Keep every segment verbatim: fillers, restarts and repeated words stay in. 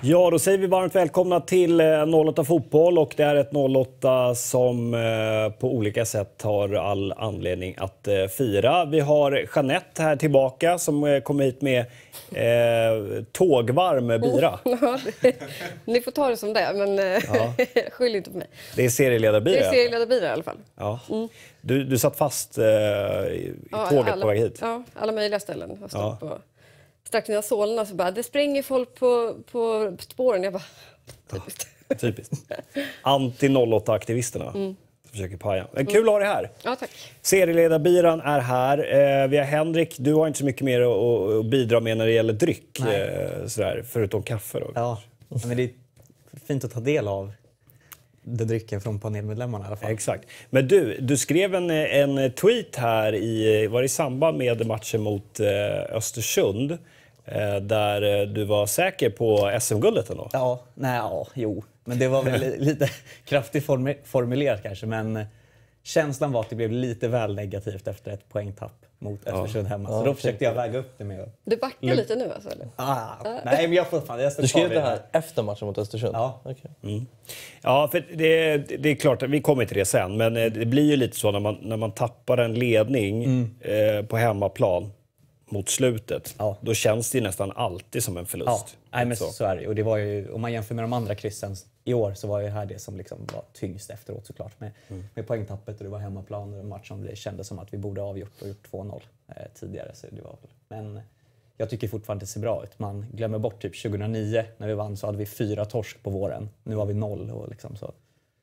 Ja, då säger vi varmt välkomna till noll åtta Fotboll, och det är ett noll åtta som på olika sätt har all anledning att fira. Vi har Jeanette här tillbaka som kommer hit med eh, tågvarm bira. Oh, ja, det, ni får ta det som det, men ja. Skyll inte på mig. Det är serieledarbira. Det är serieledarbira i alla fall. Ja. Mm. Du, du satt fast eh, i ja, tåget alla, på väg hit. Ja, alla möjliga ställen. Jag stod ja. på... Strax innan Solna så bara, det springer folk på, på spåren. Jag bara, typiskt. Ja, typiskt. Anti noll åtta-aktivisterna. Mm. Försöker paja. Men kul att ha dig här. Ja, tack. Serieledarbiran är här. Eh, vi har Henrik, du har inte så mycket mer att, att bidra med när det gäller dryck. Eh, sådär, förutom kaffe då. Ja, men det är fint att ta del av den drycken från panelmedlemmarna i alla fall. Exakt. Men du, du skrev en, en tweet här i, var det i samband med matchen mot eh, Östersund. Där du var säker på S M-guldet ändå? Ja, nej, ja, jo. Men det var väl lite kraftigt formulerat kanske. Men känslan var att det blev lite väl negativt efter ett poängtapp mot Östersund hemma. Så ja, då försökte jag väga upp det med. Du backar L lite nu alltså? Eller? Ah, nej, men jag får fan. Jag du skrev det här efter matchen mot Östersund? Ja. Okay. Mm. Ja, för det, det är klart, vi kommer till det sen. Men det blir ju lite så när man, när man tappar en ledning mm. eh, på hemmaplan mot slutet, ja. Då känns det nästan alltid som en förlust. Ja, nej, men så. så är det. Och det var ju, om man jämför med de andra kryssen i år så var ju här det som liksom var tyngst efteråt såklart. Med, mm. med poängtappet och det var hemmaplan och en match som det kändes som att vi borde ha avgjort och gjort två noll eh, tidigare. Så det var, men jag tycker fortfarande det ser bra ut. Man glömmer bort typ tjugohundranio när vi vann så hade vi fyra torsk på våren. Nu har vi noll och liksom så.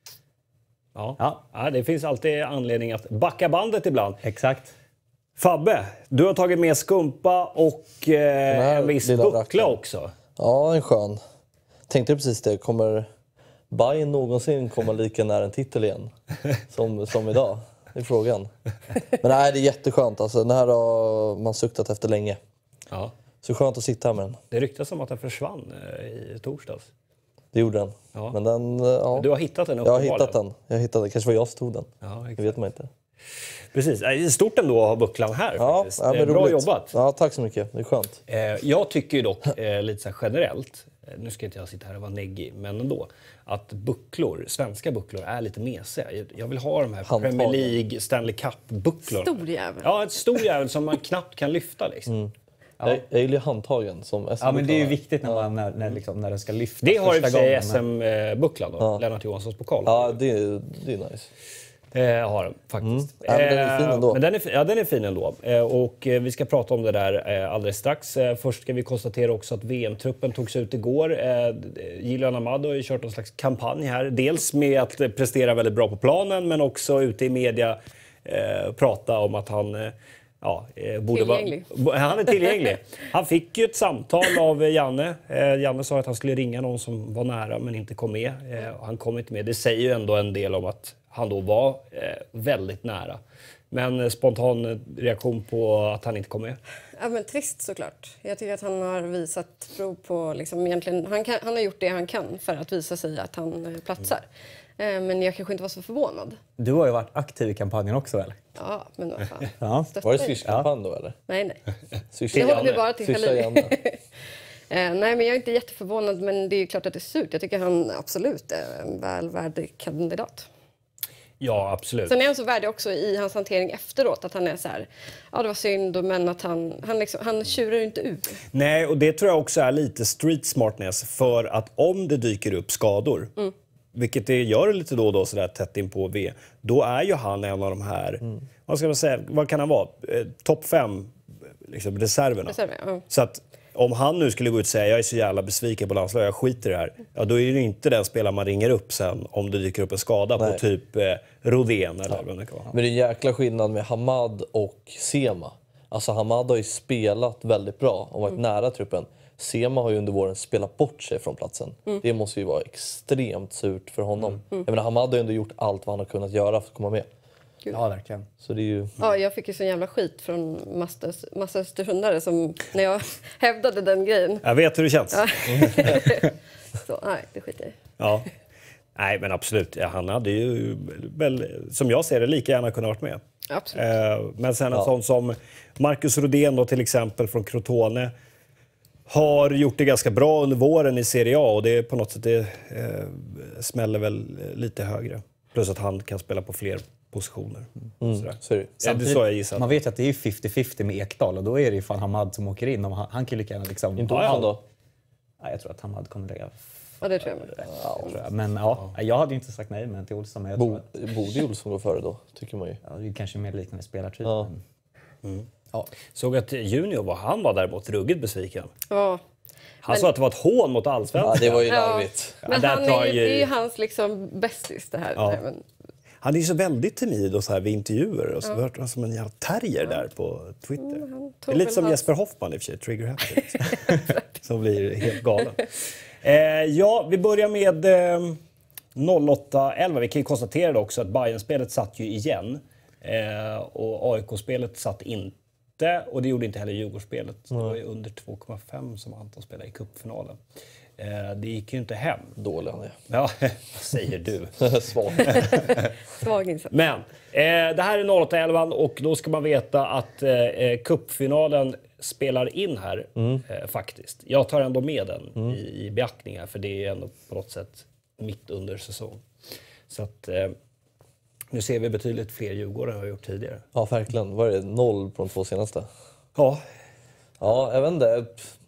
Ja. Ja. Ja, det finns alltid anledning att backa bandet ibland. Exakt. Fabbe, du har tagit med skumpa och eh, en viss buckla också. Ja, en skön. Tänkte precis det. Kommer Bayern någonsin komma lika nära en titel igen som, som idag? Det är frågan. Men nej, det är jätteskönt. Alltså, den här har man suktat efter länge. Ja. Så skönt att sitta här med den. Det ryktas om att den försvann eh, i torsdags. Det gjorde den. Ja. Men den ja. Du har hittat den? Jag har hittat den. Jag har hittat den. Kanske var jag som tog den. Ja, det vet man inte. Precis. Stort ändå att ha bucklan här. Ja, ja, men bra roligt. jobbat. Ja, tack så mycket. Det är skönt. Eh, jag tycker ju dock eh, lite så här generellt, eh, nu ska inte jag sitta här och vara neggig, men ändå, att bucklor, svenska bucklor är lite mesiga. Jag, jag vill ha de här Handtagen. Premier League, Stanley Cup-bucklorna. Stor jävel. Ja, ett stor jävel som man knappt kan lyfta liksom. Mm. Ja. Jag, jag gillar handtagen som S M. Ja, men det är ju viktigt när, man, när, när, liksom, när den ska lyfta. Det har i och för sig S M-bucklan då, ja. Lennart Johanssons pokal. Ja, det är, det är nice. Eh, har den faktiskt. Mm. Ja, men den är fin ändå. Men den är, ja, den är fin ändå. Eh, och eh, vi ska prata om det där eh, alldeles strax. Eh, först ska vi konstatera också att V M-truppen togs ut igår. Eh, Gillian Ahmad har ju kört en slags kampanj här. Dels med att prestera väldigt bra på planen, men också ute i media eh, prata om att han... Eh, Ja, borde tillgänglig. Vara, han är tillgänglig. Han fick ju ett samtal av Janne. Eh, Janne sa att han skulle ringa någon som var nära men inte kom med. Eh, han kom inte med. Det säger ju ändå en del om att han då var eh, väldigt nära. Men eh, spontan reaktion på att han inte kom med? Ja, men trist såklart. Jag tycker att han har visat prov på... Liksom, egentligen, han, kan, han har gjort det han kan för att visa sig att han eh, platsar. Mm. Men jag kanske inte var så förvånad. Du har ju varit aktiv i kampanjen också, väl? Ja, men vad fan. Ja. Var det Swish-kampanj då, eller? Nej, nej. Swish det håller vi bara till Halili. eh, Nej, men jag är inte jätteförvånad, men det är klart att det är surt. Jag tycker han absolut är en välvärdig kandidat. Ja, absolut. Sen är han så värdig också i hans hantering efteråt. Att han är så här, ja det var synd, men att han, han, liksom, han tjurar inte ut. Nej, och det tror jag också är lite street smartness. För att om det dyker upp skador, mm. vilket det gör lite då och då sådär tätt in på V, då är ju han en av de här, mm. vad ska man säga, vad kan han vara? Eh, topp fem liksom, reserverna. Reserver, ja. Så att om han nu skulle gå ut och säga jag är så jävla besviken på landslaget, jag skiter i det här. Ja, då är det inte den spelare man ringer upp sen om det dyker upp en skada. Nej. På typ eh, Rodén eller ja. vad det kan vara. Men det är en jäkla skillnad med Hamad och Sema. Alltså Hamad har ju spelat väldigt bra och varit mm. nära truppen. Sema har ju under våren spelat bort sig från platsen. Mm. Det måste ju vara extremt surt för honom. Mm. Jag menar, Hamad har ju ändå gjort allt vad han har kunnat göra för att komma med. Gud. Ja, verkligen. Så det är ju... Ja, jag fick ju så jävla skit från massa, massa östersundare som när jag hävdade den grejen. Jag vet hur det känns. Ja. Så nej, det skiter jag i. Ja. Nej, men absolut. Ja, han hade ju väl, som jag ser det, lika gärna kunnat varit med. Absolut. Eh, men sen en ja. sån som Marcus Rodén då till exempel från Crotone har gjort det ganska bra under våren i Serie A och det är på något sätt det eh, smäller väl lite högre. Plus att han kan spela på fler positioner. Mm, så är det. Samtidigt, det så jag gissar. Man vet ju att det är femtio femtio med Ekdal och då är det ju fan Hamad som åker in. Och han, han kan ju lika gärna liksom... Inte Olsson då? Ja, jag tror att Hamad kommer lägga... Ja, det tror jag. Ja, tror jag. Men ja, jag hade ju inte sagt nej men till Olsson. Men jag Bo, tror att, borde Olsson gå före då, tycker man ju. ja, det är kanske mer liknande spelartyp. Ja. Men, Mm. ja. Såg att Junior var, han var däremot ruggigt besviken. Ja. Han Men- sa att det var ett hån mot allsvenskan. Ja, det var ju Ja. larvigt. Men där han tar är, ju- ju- det är ju hans liksom bästis det här. Ja. Nej, men, Han är ju så väldigt timid och så här vid intervjuer och så vart han som en jävla terrier där på Twitter. Mm, han det tog är lite väl som hans- Jesper Hoffman i och för sig, Trigger Happy. Liksom. Som blir helt galen. Eh, ja, vi börjar med eh, noll åtta elva. Vi kan ju konstatera också att Bayern-spelet satt ju igen. Eh, och A I K-spelet satt inte. Och det gjorde inte heller Djurgårdsspelet. Det var ju under två komma fem som Anton spelade i cupfinalen. Eh, det gick ju inte hem. Dålig han är. Ja, vad säger du? Svag. svag insats. Men eh, det här är noll åtta elva och då ska man veta att eh, cupfinalen spelar in här eh, faktiskt. Jag tar ändå med den i, i beaktning här för det är ändå på något sätt mitt under säsong. Så att eh, nu ser vi betydligt fler Djurgårdare än jag har gjort tidigare. Ja, verkligen. Vad är det? Noll på de två senaste? Ja, Ja, jag vet inte.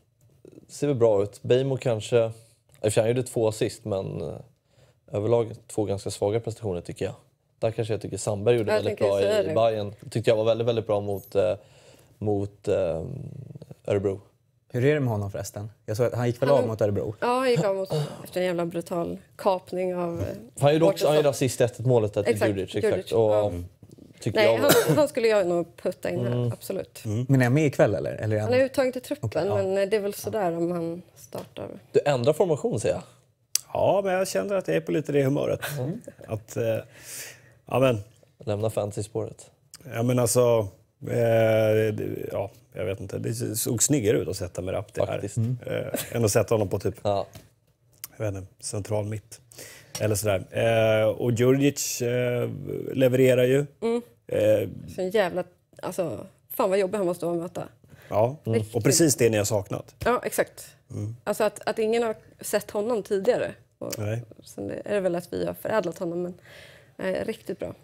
Ser väl bra ut. Beijmo kanske... I och för sig, han gjorde två assist, men eh, överlag två ganska svaga prestationer tycker jag. Där kanske jag tycker Sandberg gjorde Jag väldigt tänker bra säga i det. Bayern. Tyckte jag var väldigt, väldigt bra mot, eh, mot eh, Örebro. Hur är det med honom förresten? Jag såg att han gick väl Han- av mot Örebro? Ja, han gick av mot efter en jävla brutal kapning av... eh, Han gjorde vårt också han gjorde försvar. assist ett ett målet där till Exakt, Djurdjic. Exakt. Djurdjic, Och, ja. tycker Nej, jag var... han, han skulle jag nog putta in här, absolut. Men är han med ikväll eller? eller är han... Han är uttagen till truppen, Okej, ja. men det är väl sådär om han startar. Du ändrar formation, säger jag. ja, men jag känner att jag är på lite det humöret. Att, eh, ja, men, Lämna fantasy-spåret. ja, men alltså... Eh, det- ja, jag vet inte. Det såg snyggare ut att sätta med Rapp det här. Faktiskt. Eh, än att sätta honom på typ Ja. jag vet inte, central mitt. Eller sådär. Eh, och Djurdjic eh, levererar ju. Eh, Så en jävla... Alltså, fan vad jobbig han måste vara att möta. ja. Och precis det ni har saknat. Ja, exakt. Alltså att, att ingen har sett honom tidigare. Och Nej. sen det- är det väl att vi har förädlat honom, men eh, riktigt bra.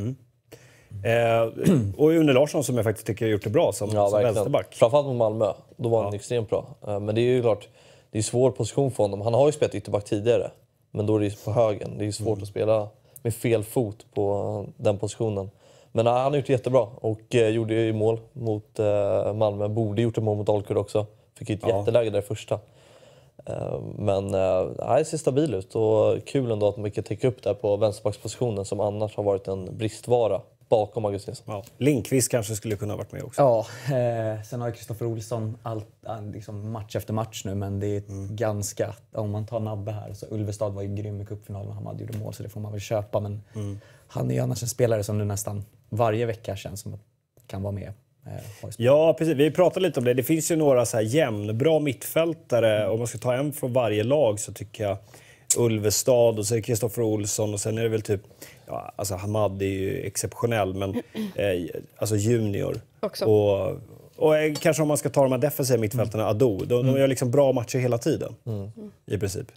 Eh, och Une Larsson som jag faktiskt tycker har gjort det bra som, Ja, som verkligen. vänsterback. Framförallt mot Malmö. Då var han extremt bra. Eh, Men det är ju klart, det är en svår position för honom. Han har ju spelat ytterback tidigare. Men då är det ju på högen. Det är ju svårt att spela med fel fot på den positionen. Men ja, han har gjort det jättebra och eh, gjorde ju mål mot eh, Malmö. Borde gjort ett mål mot Dalkurd också. Fick ju ett Ja. jätteläge där i första. Eh, men eh, det ser stabil ut och kul ändå att man kan täcka upp där på vänsterbackspositionen som annars har varit en bristvara bakom Augustinsson. Ja. Lindqvist kanske skulle kunna ha varit med också. Ja, eh, sen har Kristoffer Olsson allt, eh, liksom match efter match nu men det är ett ganska, om man tar Nabbe här så Ulvestad var ju grym i cupfinalen och Hamad gjorde mål så det får man väl köpa men han är ju annars en spelare som nu nästan varje vecka känns som att kan vara med. Eh, har ju- Ja, precis. Vi pratade lite om det. Det finns ju några så här jämnbra mittfältare. Om man ska ta en från varje lag så tycker jag Ulvestad och så är det Kristoffer Olsson och sen är det väl typ... Ja, alltså Hamad är ju exceptionell, men eh, alltså junior. Också. Och, och eh, kanske om man ska ta de här defensiva mittfältarna, Ado. De, de gör liksom bra matcher hela tiden, i princip.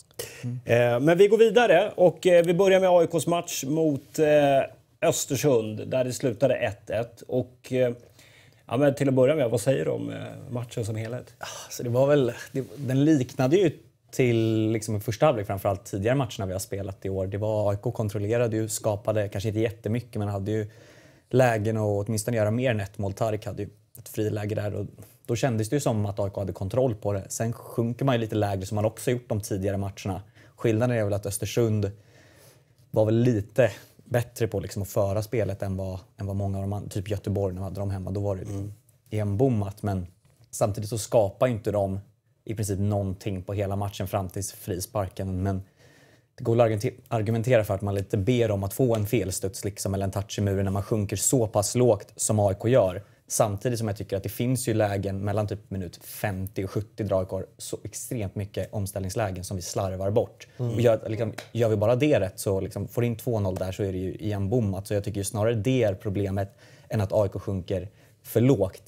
Eh, men vi går vidare och eh, vi börjar med A I K:s match mot eh, Östersund där det slutade ett ett. Och eh, ja, men till att börja med, vad säger du om eh, matchen som helhet? Så det var väl, det, den liknade ju till liksom, första halvlek framförallt tidigare matcherna vi har spelat i år. Det var A I K kontrollerade ju, skapade kanske inte jättemycket men hade ju lägen att åtminstone göra mer än ett mål. Tarik hade ju ett friläge där och då kändes det ju som att A I K hade kontroll på det. Sen sjunker man ju lite lägre som man också gjort de tidigare matcherna. Skillnaden är väl att Östersund var väl lite bättre på liksom att föra spelet än vad, än vad många av de andra, typ Göteborg när de hade dem hemma, då var det mm. enbommat. Men samtidigt så skapar inte de i princip någonting på hela matchen fram till frisparken. Men det går att argumentera för att man lite ber om att få en felstuds liksom, eller en touch i muren när man sjunker så pass lågt som A I K gör. Samtidigt som jag tycker att det finns ju lägen mellan typ minut femtio och sjuttio drar A I K så extremt mycket omställningslägen som vi slarvar bort. Mm. Och gör, liksom, gör vi bara det rätt så liksom, får in två noll där så är det ju igen bommat. Så jag tycker ju snarare det är problemet än att A I K sjunker för lågt.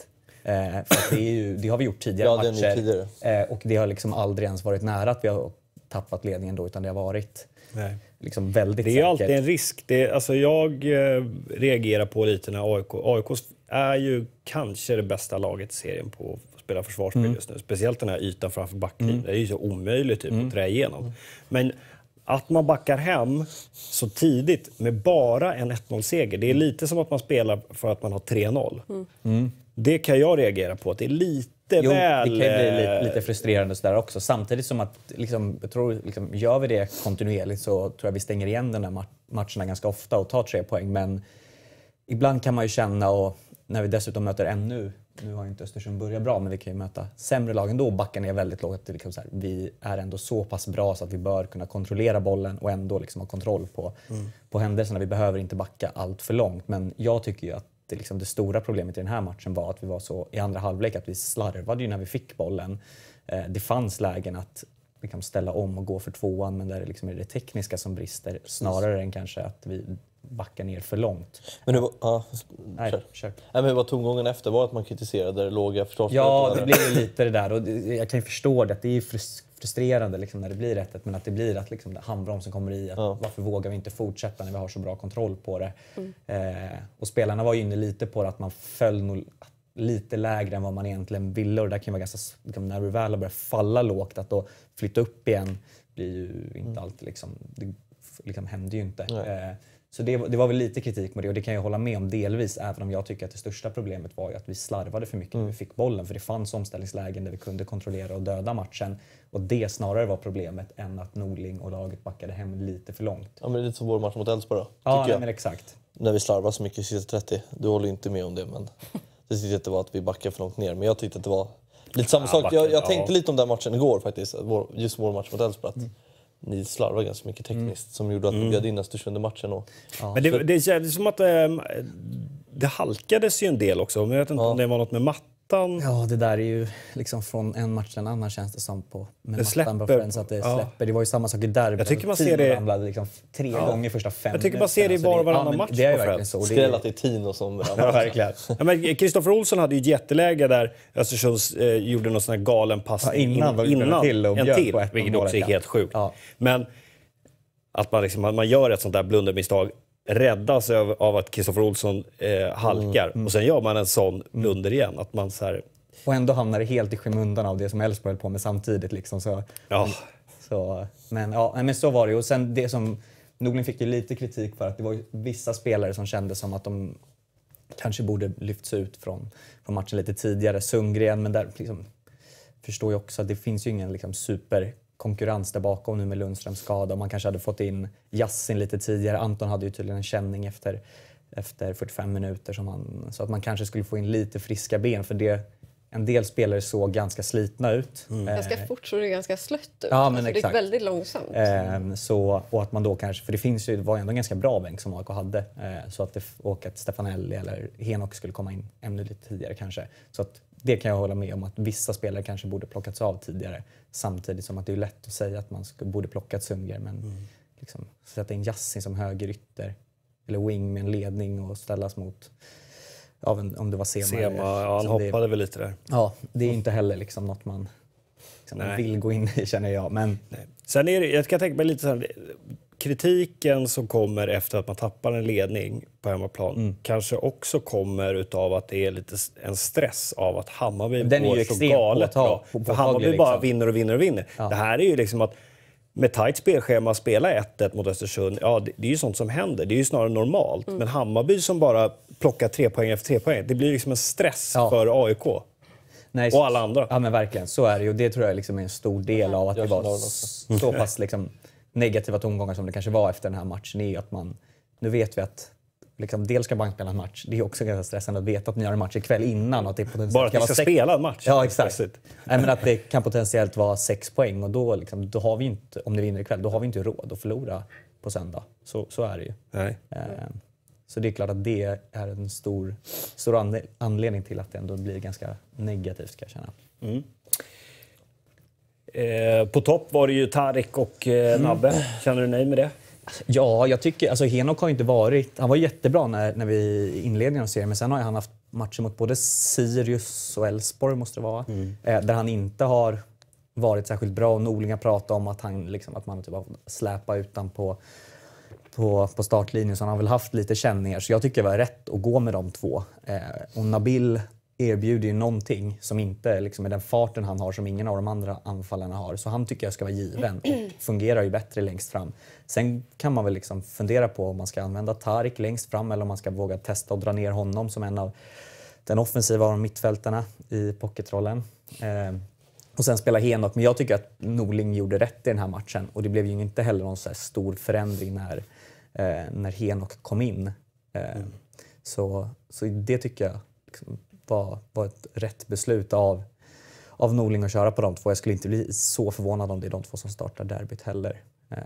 Eh, för att det, är ju, det har vi gjort tidigare Ja, matcher. tidigare. Eh, och det har liksom aldrig ens varit nära att vi har tappat ledningen då, utan det har varit Nej. liksom väldigt Det är säkert. alltid en risk. Det, alltså jag eh, reagerar på lite när A I K... A I K är ju kanske det bästa laget i serien på att spela försvarsspel Mm. just nu. Speciellt den här ytan framför backlinjen. Mm. Det är ju så omöjligt typ, Mm. att trä igenom. Men att man backar hem så tidigt med bara en ett noll-seger. Det är lite som att man spelar för att man har tre noll. Mm. Mm. Det kan jag reagera på. Att det är lite Jo, väl... det kan ju bli lite, eh, lite frustrerande så där också. Samtidigt som att, liksom, jag tror, liksom, gör vi det kontinuerligt så tror jag vi stänger igen den här ma- matcherna ganska ofta och tar tre poäng. Men ibland kan man ju känna, och när vi dessutom möter ännu, nu har ju inte Östersund börjat bra, men vi kan ju möta sämre lag ändå och backa ner väldigt lågt. Liksom så här, vi är ändå så pass bra så att vi bör kunna kontrollera bollen och ändå liksom ha kontroll på, mm. på händelserna. Vi behöver inte backa allt för långt, men jag tycker ju att det, liksom, det stora problemet i den här matchen var att vi var så i andra halvlek att vi slarvade ju när vi fick bollen. Eh, det fanns lägen att liksom, ställa om och gå för tvåan, men där det liksom är det tekniska som brister snarare än kanske att vi backar ner för långt. Men hur, ja, Nej, kör. kör. Nej, men hur var tongången efter? Var att man kritiserade det låga försvarsspelet? Ja, det blir ju lite det där. Och det, jag kan ju förstå det, att det är frus- frustrerande liksom, när det blir ett ett, men att det blir att liksom, handbromsen kommer i. Att, Ja. Varför vågar vi inte fortsätta när vi har så bra kontroll på det? Mm. Eh, och spelarna var ju inne lite på det, att man föll nog lite lägre än vad man egentligen ville. Och det där kan vara ganska, liksom, när vi väl har börjat falla lågt, att då flytta upp igen blir ju inte Mm. alltid liksom, det liksom, händer ju inte. Nej. Eh, Så det, det var väl lite kritik med det, och det kan jag hålla med om delvis, även om jag tycker att det största problemet var ju att vi slarvade för mycket Mm. när vi fick bollen, för det fanns omställningslägen där vi kunde kontrollera och döda matchen, och det snarare var problemet än att Norling och laget backade hem lite för långt. Ja, men det är lite som vår match mot Elfsborg då, Ja, tycker jag. men exakt. När vi slarvar så mycket i sista trettio. Du håller inte med om det, men det tyckte jag inte var att vi backade för långt ner. Men jag tyckte att det var lite samma Ja, sak. backade, Jag, jag ja. tänkte lite om den matchen igår faktiskt, vår, just vår match mot Elfsborg. Att ni slarvar ganska mycket tekniskt som gjorde att vi bjöd in Östersund i matchen. Och, Ja. Men det, det kändes som att eh, det halkades ju en del också. Men jag vet inte Ja. om det var något med mattan. Ja, det där är ju liksom från en match till en annan, känns det som, på med Det mattan på släpper. Friends, att det Ja. släpper. Det var ju samma sak i derbyt. Jag tycker man Tino ser det- ramlade liksom tre Ja. gånger första fem Jag tycker man ser det i minuterna, var och så varannan men match Det är ju på verkligen Friends. så. Och det skräll är, att det är Tino som... ja, verkligen. Ja, men Kristoffer Olsson hade ju ett jätteläge där Östersund eh, gjorde någon sån här galen passning Ja, innan var det innan till och en bjöd till, på ett vilket målet, också är ja. helt sjukt. Ja. Men att man, liksom, man gör ett sånt där blundermisstag, räddas av, av att Kristoffer Olsson eh, halkar och sen gör man en sån blunder igen. Att man så här, Och ändå hamnar det helt i skymundan av det som Elfsborg höll på med samtidigt. Liksom. Så, ja, så, men, ja, nej, men så var det ju. Och sen det som Norling fick ju lite kritik för, att det var ju vissa spelare som kände som att de kanske borde lyfts ut från, från matchen lite tidigare. Sundgren, men där liksom, förstår jag också att det finns ju ingen liksom, superkonkurrens där bakom nu med Lundströms skada. Och man kanske hade fått in Yassin lite tidigare. Anton hade ju tydligen en känning efter, efter fyrtiofem minuter. Som han, så att man kanske skulle få in lite friska ben, för det. En del spelare såg ganska slitna ut. Mm. Eh, Ganska fort såg det ganska slött ut. Ja, men alltså, det gick exakt. väldigt långsamt. Eh, så, och att man då kanske, för det finns ju, det var ju ändå en ganska bra bänk som A I K hade. Eh, så att, det, och att Stefanelli eller Henok skulle komma in ännu lite tidigare kanske. Så att det kan jag hålla med om, att vissa spelare kanske borde plockats av tidigare. Samtidigt som att det är lätt att säga att man skulle, borde plockat Sundgren, men Mm. liksom, sätta in Yassin som högerytter eller wing med en ledning och ställas mot, ja, en- om det var Sema. Sema, ja, han Så det- hoppade väl lite där. Ja, det är inte heller liksom något man liksom Nej. vill gå in i, känner jag. Men Sen är det, jag kan tänka mig lite så här, kritiken som kommer efter att man tappar en ledning på hemmaplan Mm. kanske också kommer utav att det är lite s- en stress av att Hammarby Den är går ju så extremt galet påtag- bra. För påtaglig, Hammarby bara liksom. vinner och vinner och vinner. Ja. Det här är ju liksom att med tajt spelschema spela ett ett mot Östersund, ja det, det är ju sånt som händer. Det är ju snarare normalt. Men Hammarby som bara plockar tre poäng efter tre poäng, det blir liksom en stress Ja. för A I K. nej, Och alla andra. Ja, men verkligen. Så är det ju. Det tror jag liksom är en stor del av att Jag det var känner den s- så pass liksom negativa tongångar som det kanske var efter den här matchen. Är ju att man, nu vet vi att liksom, dels ska bank spela en match. Det är också ganska stressande att veta att ni har en match ikväll innan. Och att det potentiellt Bara att kan vi ska vara sex- spela en match. Ja, exakt. Stressigt. Nej, men att det kan potentiellt vara sex poäng, och då, liksom, då har vi inte, om ni vinner ikväll, då har vi inte råd att förlora på söndag. Så, så är det ju. Nej. Eh, Så det är klart att det är en stor, stor anle- anledning till att det ändå blir ganska negativt, ska jag känna. Eh, på topp var det ju Tarik och eh, Nabbe. Känner du nöjd med det? Ja, jag tycker, alltså Henok har ju inte varit, han var jättebra när, när vi i inledningen av serien, men sen har ju han haft matcher mot både Sirius och Elfsborg måste det vara. Mm. Eh, där han inte har varit särskilt bra. Och Norling har pratat om att, han, liksom, att man typ har släpat utan på, på, på startlinjen. Så han har väl haft lite känningar. Så jag tycker det var rätt att gå med de två. Eh, och Nabil erbjuder ju någonting som inte liksom, är den farten han har som ingen av de andra anfallarna har. Så han tycker jag ska vara given och fungerar ju bättre längst fram. Sen kan man väl liksom fundera på om man ska använda Tarik längst fram eller om man ska våga testa och dra ner honom som en av den offensiva av mittfältarna i pocketrollen. Eh, och sen spela Henok. Men jag tycker att Norling gjorde rätt i den här matchen. Och det blev ju inte heller någon så här stor förändring när, eh, när Henok kom in. Eh, mm. så, så det tycker jag liksom var, var ett rätt beslut av, av Norling att köra på de två. Jag skulle inte bli så förvånad om det är de två som startar derbyt heller. Eh,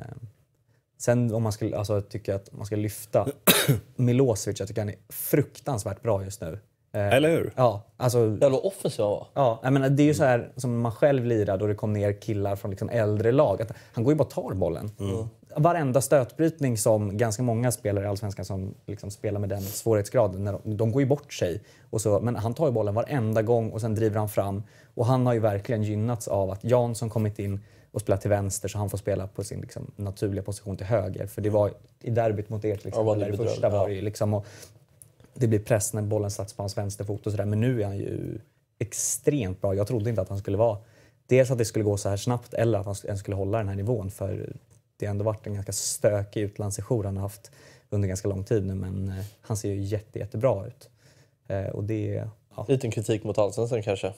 sen om man skulle, alltså, jag tycker att man ska lyfta Milosevic, jag tycker han är fruktansvärt bra just nu. Eller hur? Ja, alltså... Det var offensiv va? Ja, jag menar, det är ju så här som man själv lirade och det kom ner killar från liksom äldre lag. Att han går ju bara och tar bollen. Mm. Varenda stötbrytning som ganska många spelare i Allsvenskan som liksom spelar med den svårighetsgraden, när de, de går ju bort sig. Och så, men han tar ju bollen varenda gång och sen driver han fram. Och han har ju verkligen gynnats av att Jansson kommit in och spelat till vänster så han får spela på sin liksom, naturliga position till höger. För det var i derbyt mot er till exempel, ja, det första var det ju liksom... Och, det blir press när bollen satts på hans vänsterfot och sådär. Men nu är han ju extremt bra. Jag trodde inte att han skulle vara... Dels att det skulle gå så här snabbt eller att han ens skulle hålla den här nivån. För det har ändå varit en ganska stökig utlandssejour han har haft under ganska lång tid nu. Men eh, han ser ju jätte, jättebra ut. Eh, och det... Ja. Liten kritik mot Allsvenskan kanske.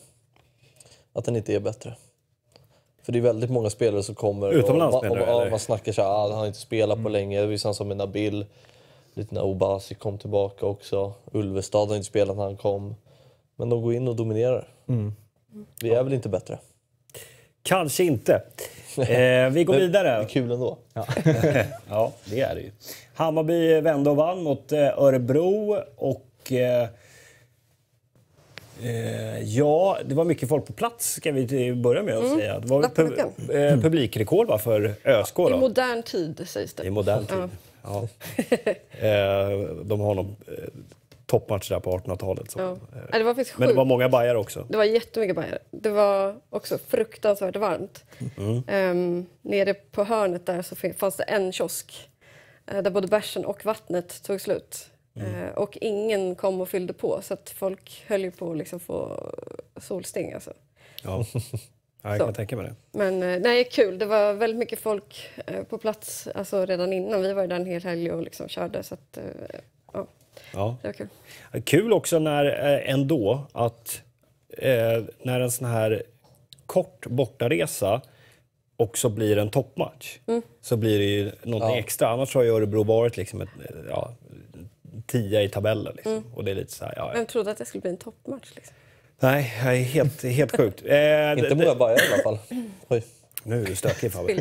Att den inte är bättre. För det är väldigt många spelare som kommer... Utomlands och, och, och, och, och man snackar så här, ah, han har inte spelat mm. på länge. Det är samma som med Nabil. Lite när Obasi kom tillbaka också. Ulvestad har inte spelat när han kom. Men de går in och dominerar. Mm. Vi är ja. väl inte bättre? Kanske inte. Eh, vi går vidare. Det är kul ändå. Ja. Ja, det är det ju. Hammarby vände och vann mot eh, Örebro. Och eh, eh, ja, det var mycket folk på plats ska vi börja med att mm. säga. Det var pu- eh, publikrekord va, för ÖSK då. I modern tid sägs det. I modern tid. Ja. Ja. eh, de har någon eh, toppmatch där på artonhundratalet. Så. Ja. Ja, det var faktiskt Men det var många bajar också. Det var jättemycket bajar. Det var också fruktansvärt varmt. Mm. Um, nere på hörnet där så fanns det en kiosk uh, där både bärsen och vattnet tog slut. Mm. Uh, och ingen kom och fyllde på så att folk höll ju på att liksom få solsting. Alltså. Ja. Ja, jag kan tänka mig det. Men nej, kul. Det var väldigt mycket folk eh, på plats alltså, redan innan. Vi var ju där en hel helg och liksom körde. Så att, eh, ja. Ja. Det var kul. Kul också när, eh, ändå att eh, när en sån här kort bortaresa också blir en toppmatch. Mm. Så blir det ju någonting ja. extra. Annars har ju Örebro varit liksom ett, ja, tia i tabellen. Liksom. Mm. Och det är lite så här, ja, ja. Vem trodde att det skulle bli en toppmatch? Liksom? Nej, helt, helt sjukt. Eh, Inte många bajar i alla fall. Oj. Nu är du stökig, Fabbe.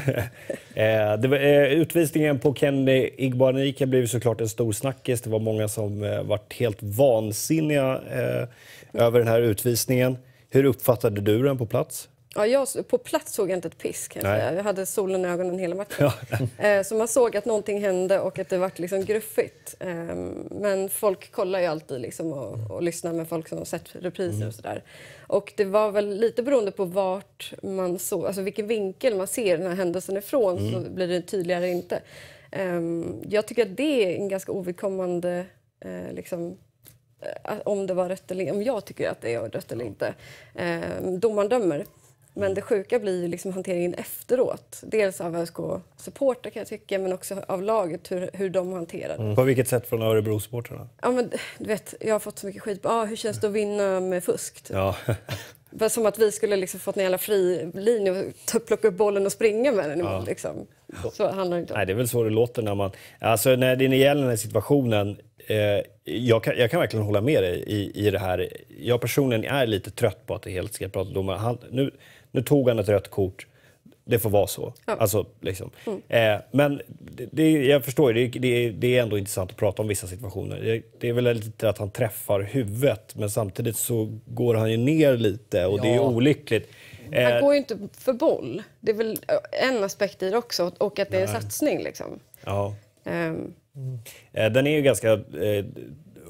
eh, det var, eh, utvisningen på Kenny Igboanike blev såklart en stor snackis. Det var många som eh, varit helt vansinniga eh, över den här utvisningen. Hur uppfattade du den på plats? Ja, jag, på plats såg jag inte ett piss kan jag säga. Jag hade solen i ögonen hela matchen. Ja. eh, så man såg att någonting hände och att det var liksom gruffigt. Eh, men folk kollar ju alltid liksom och, och lyssnar med folk som har sett repriser mm. och sådär. Och det var väl lite beroende på vart man såg, alltså vilken vinkel man ser den här händelsen ifrån mm. så blir det tydligare inte. Eh, jag tycker att det är en ganska ovidkommande eh, liksom, om det var rätt eller om jag tycker att det är rätt eller inte. Eh, domaren dömer. Men det sjuka blir liksom hanteringen efteråt. Dels av ÖSK-supporter kan jag tycka, men också av laget, hur, hur de hanterar det. Mm. På vilket sätt från Örebro-supporterna? Ja, men du vet, jag har fått så mycket skit. Ah, hur känns det att vinna med fusk? Typ. Ja. Som att vi skulle liksom fått en jävla fri linje och plocka upp bollen och springa med den i mål. Ja. Liksom. Så handlar det inte om. Nej, det är väl så det låter när man... Alltså när det gäller den här situationen... Eh, jag, kan, jag kan verkligen hålla med dig i, i det här. Jag personligen är lite trött på att det helt ska prata domare. Han, nu, nu tog han ett rött kort. Det får vara så. Ja. Alltså, liksom. mm. eh, men det, det, jag förstår ju, det, det, det är ändå intressant att prata om vissa situationer. Det, det är väl lite att han träffar huvudet, men samtidigt så går han ju ner lite och ja. det är olyckligt. Eh, han går ju inte för boll. Det är väl en aspekt i det också, och att det är en satsning. Liksom. Ja. Um. Mm. Den är ju ganska eh,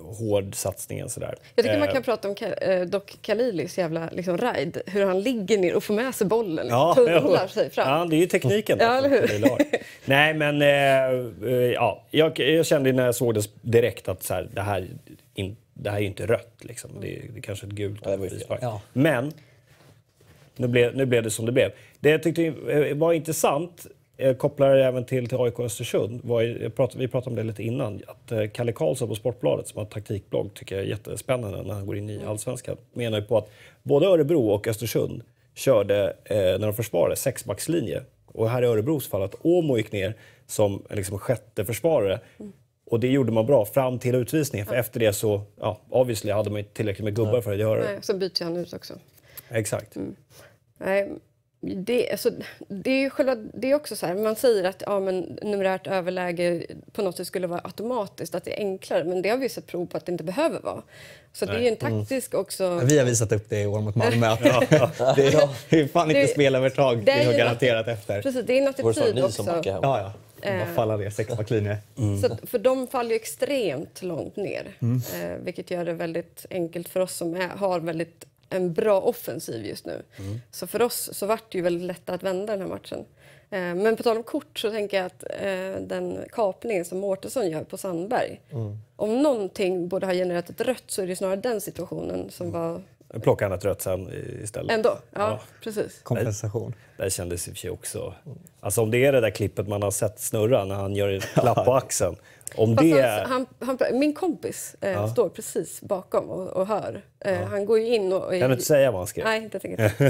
hård satsningen sådär. Jag tycker eh. man kan prata om eh, Doc Kalilis jävla liksom, ride. Hur han ligger ner och får med sig bollen. Ja, tunnlar sig fram. Ja, det är ju tekniken. Ja, eller hur? Nej, men eh, ja, jag, jag kände när jag såg det direkt att så här, det, här, in, det här är ju inte rött. Liksom. Det, är, det är kanske ett gult. Ja, ja. Men nu blev, nu blev det som det blev. Det jag tyckte var intressant, jag kopplar det även till, till A I K Östersund. Var, jag pratade, vi pratade om det lite innan. Att eh, Kalle Karlsson på Sportbladet, som har en taktikblogg, tycker jag är jättespännande när han går in i Allsvenskan. Menar ju på att både Örebro och Östersund körde, eh, när de försvarade, sexbackslinje. Och här i Örebros fall att Åmo gick ner som liksom sjätte försvarare. Mm. Och det gjorde man bra fram till utvisningen. För efter det så, ja, obviously hade man inte tillräckligt med gubbar för att göra det. Nej, så byter han ut också. Exakt. Mm. Nej, det, alltså, det är ju själva, det är också så här, man säger att ja, men numerärt överläge på något sätt skulle vara automatiskt, att det är enklare, men det har vi sett prov på att det inte behöver vara. Så Nej. Det är ju en taktisk mm. också... Vi har visat upp det i år mot Malmö. Att ja, ja. Det är fan inte spelövertag, det är garanterat något, efter. Precis, det är en attityd också. Ja, ja. Vad faller det? Sexbacklinje. Mm. Så för de faller ju extremt långt ner. Mm. Eh, vilket gör det väldigt enkelt för oss som är, har väldigt en bra offensiv just nu. Mm. Så för oss så vart det ju väldigt lätt att vända den här matchen. Eh, men på tal om kort så tänker jag att eh, den kapningen som Mårtensson gör på Sandberg. Mm. Om någonting borde ha genererat ett rött så är det snarare den situationen som mm. var... Plocka han ett rött sen istället. Ändå, ja, ja. precis. Kompensation. Det, det kändes i och för sig också... Alltså om det är det där klippet man har sett snurra när han gör en klapp på axeln. Om det är... han, han, min kompis eh, ja. står precis bakom och, och hör. Eh, ja. Han går ju in och... och kan du inte säga vad han skrev? Nej, inte tänker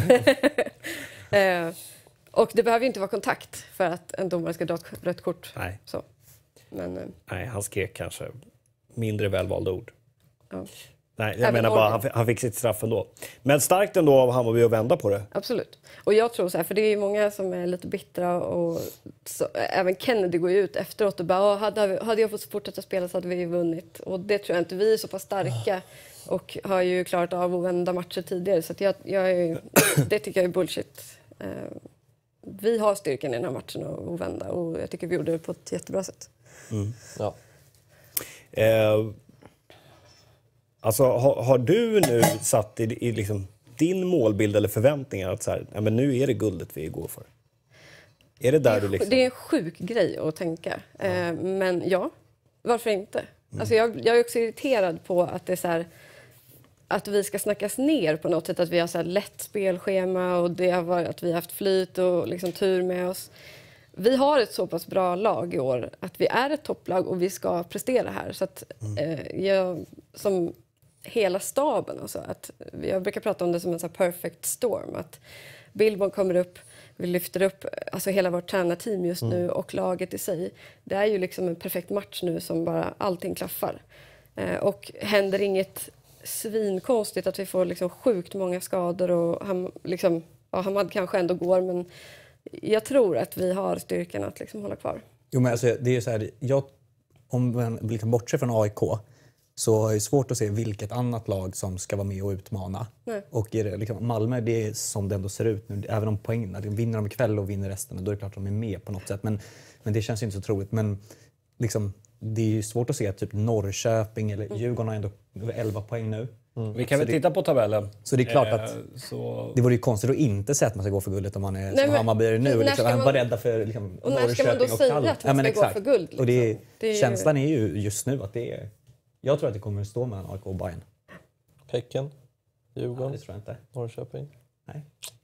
eh, Och det behöver ju inte vara kontakt för att en domare ska dra ett rött kort. Nej. Så. Men, eh. Nej, han skrek kanske mindre välvalda ord. Ja. Nej, jag Även menar bara han, han fick sitt straff ändå. Men starkt ändå av Hammarby att vända på det. Absolut. Och jag tror så här, för det är ju många som är lite bittra och så, även Kennedy går ju ut efteråt och bara hade, hade jag fått fortsätta spela så hade vi vunnit. Och det tror jag inte. Vi är så pass starka och har ju klarat av att vända matcher tidigare. Så att jag, jag är, det tycker jag är bullshit. Uh, vi har styrkan i den här matchen att vända och jag tycker vi gjorde det på ett jättebra sätt. Mm. Ja. Uh, Alltså, har, har du nu satt i, i liksom din målbild eller förväntningar att så här, ja, men nu är det guldet vi går för? Är det där det är, du liksom... Det är en sjuk grej att tänka. Ja. Eh, men ja, varför inte? Mm. Alltså jag, jag är också irriterad på att det är så här, att vi ska snackas ner på något sätt. Att vi har så här lätt spelschema och det har varit att vi har haft flyt och liksom tur med oss. Vi har ett så pass bra lag i år att vi är ett topplag och vi ska prestera här. Så att mm. eh, jag, som hela staben och så, att jag brukar prata om det som en så här perfect storm. Att Billborn kommer upp, vi lyfter upp alltså hela vårt tränarteam just mm. nu och laget i sig. Det är ju liksom en perfekt match nu som bara allting klaffar. Eh, och händer inget svinkonstigt att vi får liksom sjukt många skador och han, liksom, ja, Hamad kanske ändå går, men jag tror att vi har styrkan att liksom hålla kvar. Jo, men alltså, det är ju så här, jag, om man liksom bortser från A I K så är det svårt att se vilket annat lag som ska vara med och utmana. Nej. Och är det, liksom, Malmö, det är som det ändå ser ut nu, även om poängen, vinner de ikväll och vinner resten, då är det klart att de är med på något sätt. Men, men det känns ju inte så troligt. Men liksom, det är ju svårt att se att typ Norrköping eller Djurgården har ändå elva poäng nu. Mm. Vi kan väl titta på tabellen. Så det är klart att eh, så... det vore ju konstigt att inte säga att man ska gå för guldet om man är Nej, som Hammarby är nu. Liksom, man var rädda för liksom, och när ska man då säga att man ska ja, men exakt. gå för guld? Liksom. Och det, det är... Känslan är ju just nu att det är... Jag tror att det kommer att stå mellan A I K och Bayern. Häcken, Djurgården, ja, det tror jag inte. Norrköping. Nej.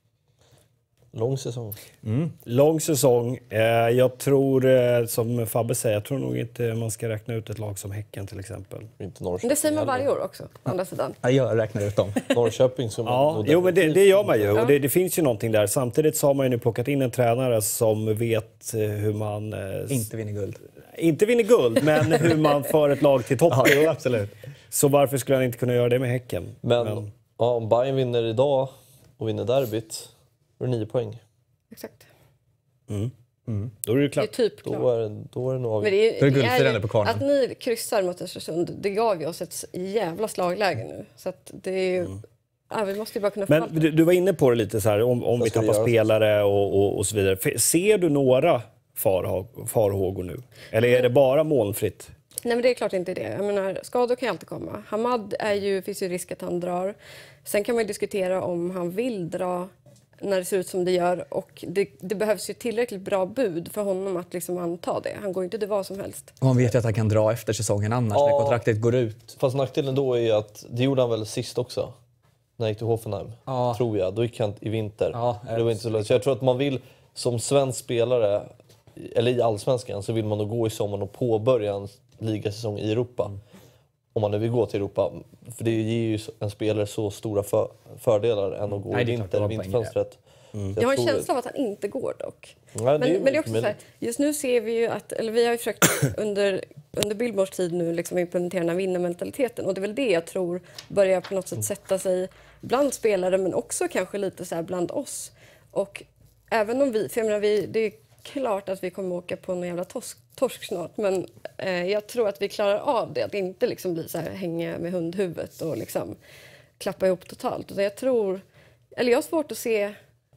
Lång säsong. Mm. Lång säsong. Eh, jag tror, eh, som Fabbe säger, jag tror nog inte man ska räkna ut ett lag som Häcken till exempel. Inte Norrköping. Det säger man varje år också, på andra sidan. Ja, jag räknar ut dem. Norrköping som... ja, jo, men det, det gör man ju. Och det, det finns ju någonting där. Samtidigt så har man ju nu plockat in en tränare som vet hur man... Eh, inte vinner guld. Inte vinner guld, men hur man för ett lag till toppen. Ja, absolut. Så varför skulle han inte kunna göra det med Häcken? Men, men... Ja, om Bayern vinner idag och vinner derbyt, då är det nio poäng. Exakt. Mm. Mm. Då är det klart. Det är typ klart. Då är det, då är det nog avgjort. Det är, det är, på att ni kryssar mot Östersund, det gav ju oss ett jävla slagläge nu. Så att det är ju... Mm. Ja, vi måste ju bara kunna Men du, du var inne på det lite så här, om, om vi tappar spelare och, och, och så vidare. Ser du några farhåg, farhågor nu? Eller är det bara molnfritt? Nej, men det är klart inte det. Jag menar, skador kan ju alltid komma. Hamad är ju, finns ju risk att han drar. Sen kan man ju diskutera om han vill dra när det ser ut som det gör. Och det, det behövs ju tillräckligt bra bud för honom att liksom anta det. Han går inte till vad som helst. Och man vet ju att han kan dra efter säsongen annars Ja. när kontraktet går ut. Fast nackdelen då är att det gjorde han väl sist också. När han gick till Hoffenheim, Ja. tror jag. Då gick han i vinter. Ja, det var inte så lätt. Så jag tror att man vill, som svensk spelare, eller i Allsvenskan, så vill man nog gå i sommaren och påbörja en ligasäsong i Europa. Mm. Om man nu vill gå till Europa. För det ger ju en spelare så stora för, fördelar än att gå Nej, i det är klart det vinter, var vinterfönstret. Mm. Jag, jag har en tror känsla det. av att han inte går dock. Nej, Men, det är men det är också så här, möjligt. just nu ser vi ju att, eller vi har ju försökt under, under Billborns tid nu liksom implementera den här vinnarmentaliteten. Och det är väl det jag tror börjar på något sätt sätta sig bland spelare men också kanske lite så här bland oss. Och även om vi, för jag menar, vi, det är klart att vi kommer åka på någon jävla torsk, torsk snart, men eh, jag tror att vi klarar av det. Att inte liksom bli så här, hänga med hundhuvudet och liksom klappa ihop totalt. Och jag tror, eller jag har svårt att se,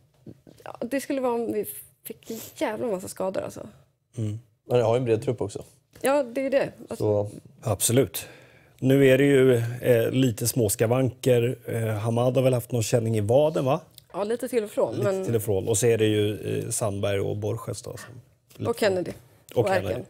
ja, det skulle vara om vi fick en jävla massa skador alltså. Mm. Men jag har ju en bred trupp också. Ja, det är det. Alltså, Så, Absolut. Nu är det ju eh, lite småskavanker. Eh, Hamad har väl haft någon känning i vaden, va? ja, lite till och från. Lite Men, till och från. Och så är det ju eh, Sandberg och Borges då. Som och Kennedy. Och Erken. Kennedy.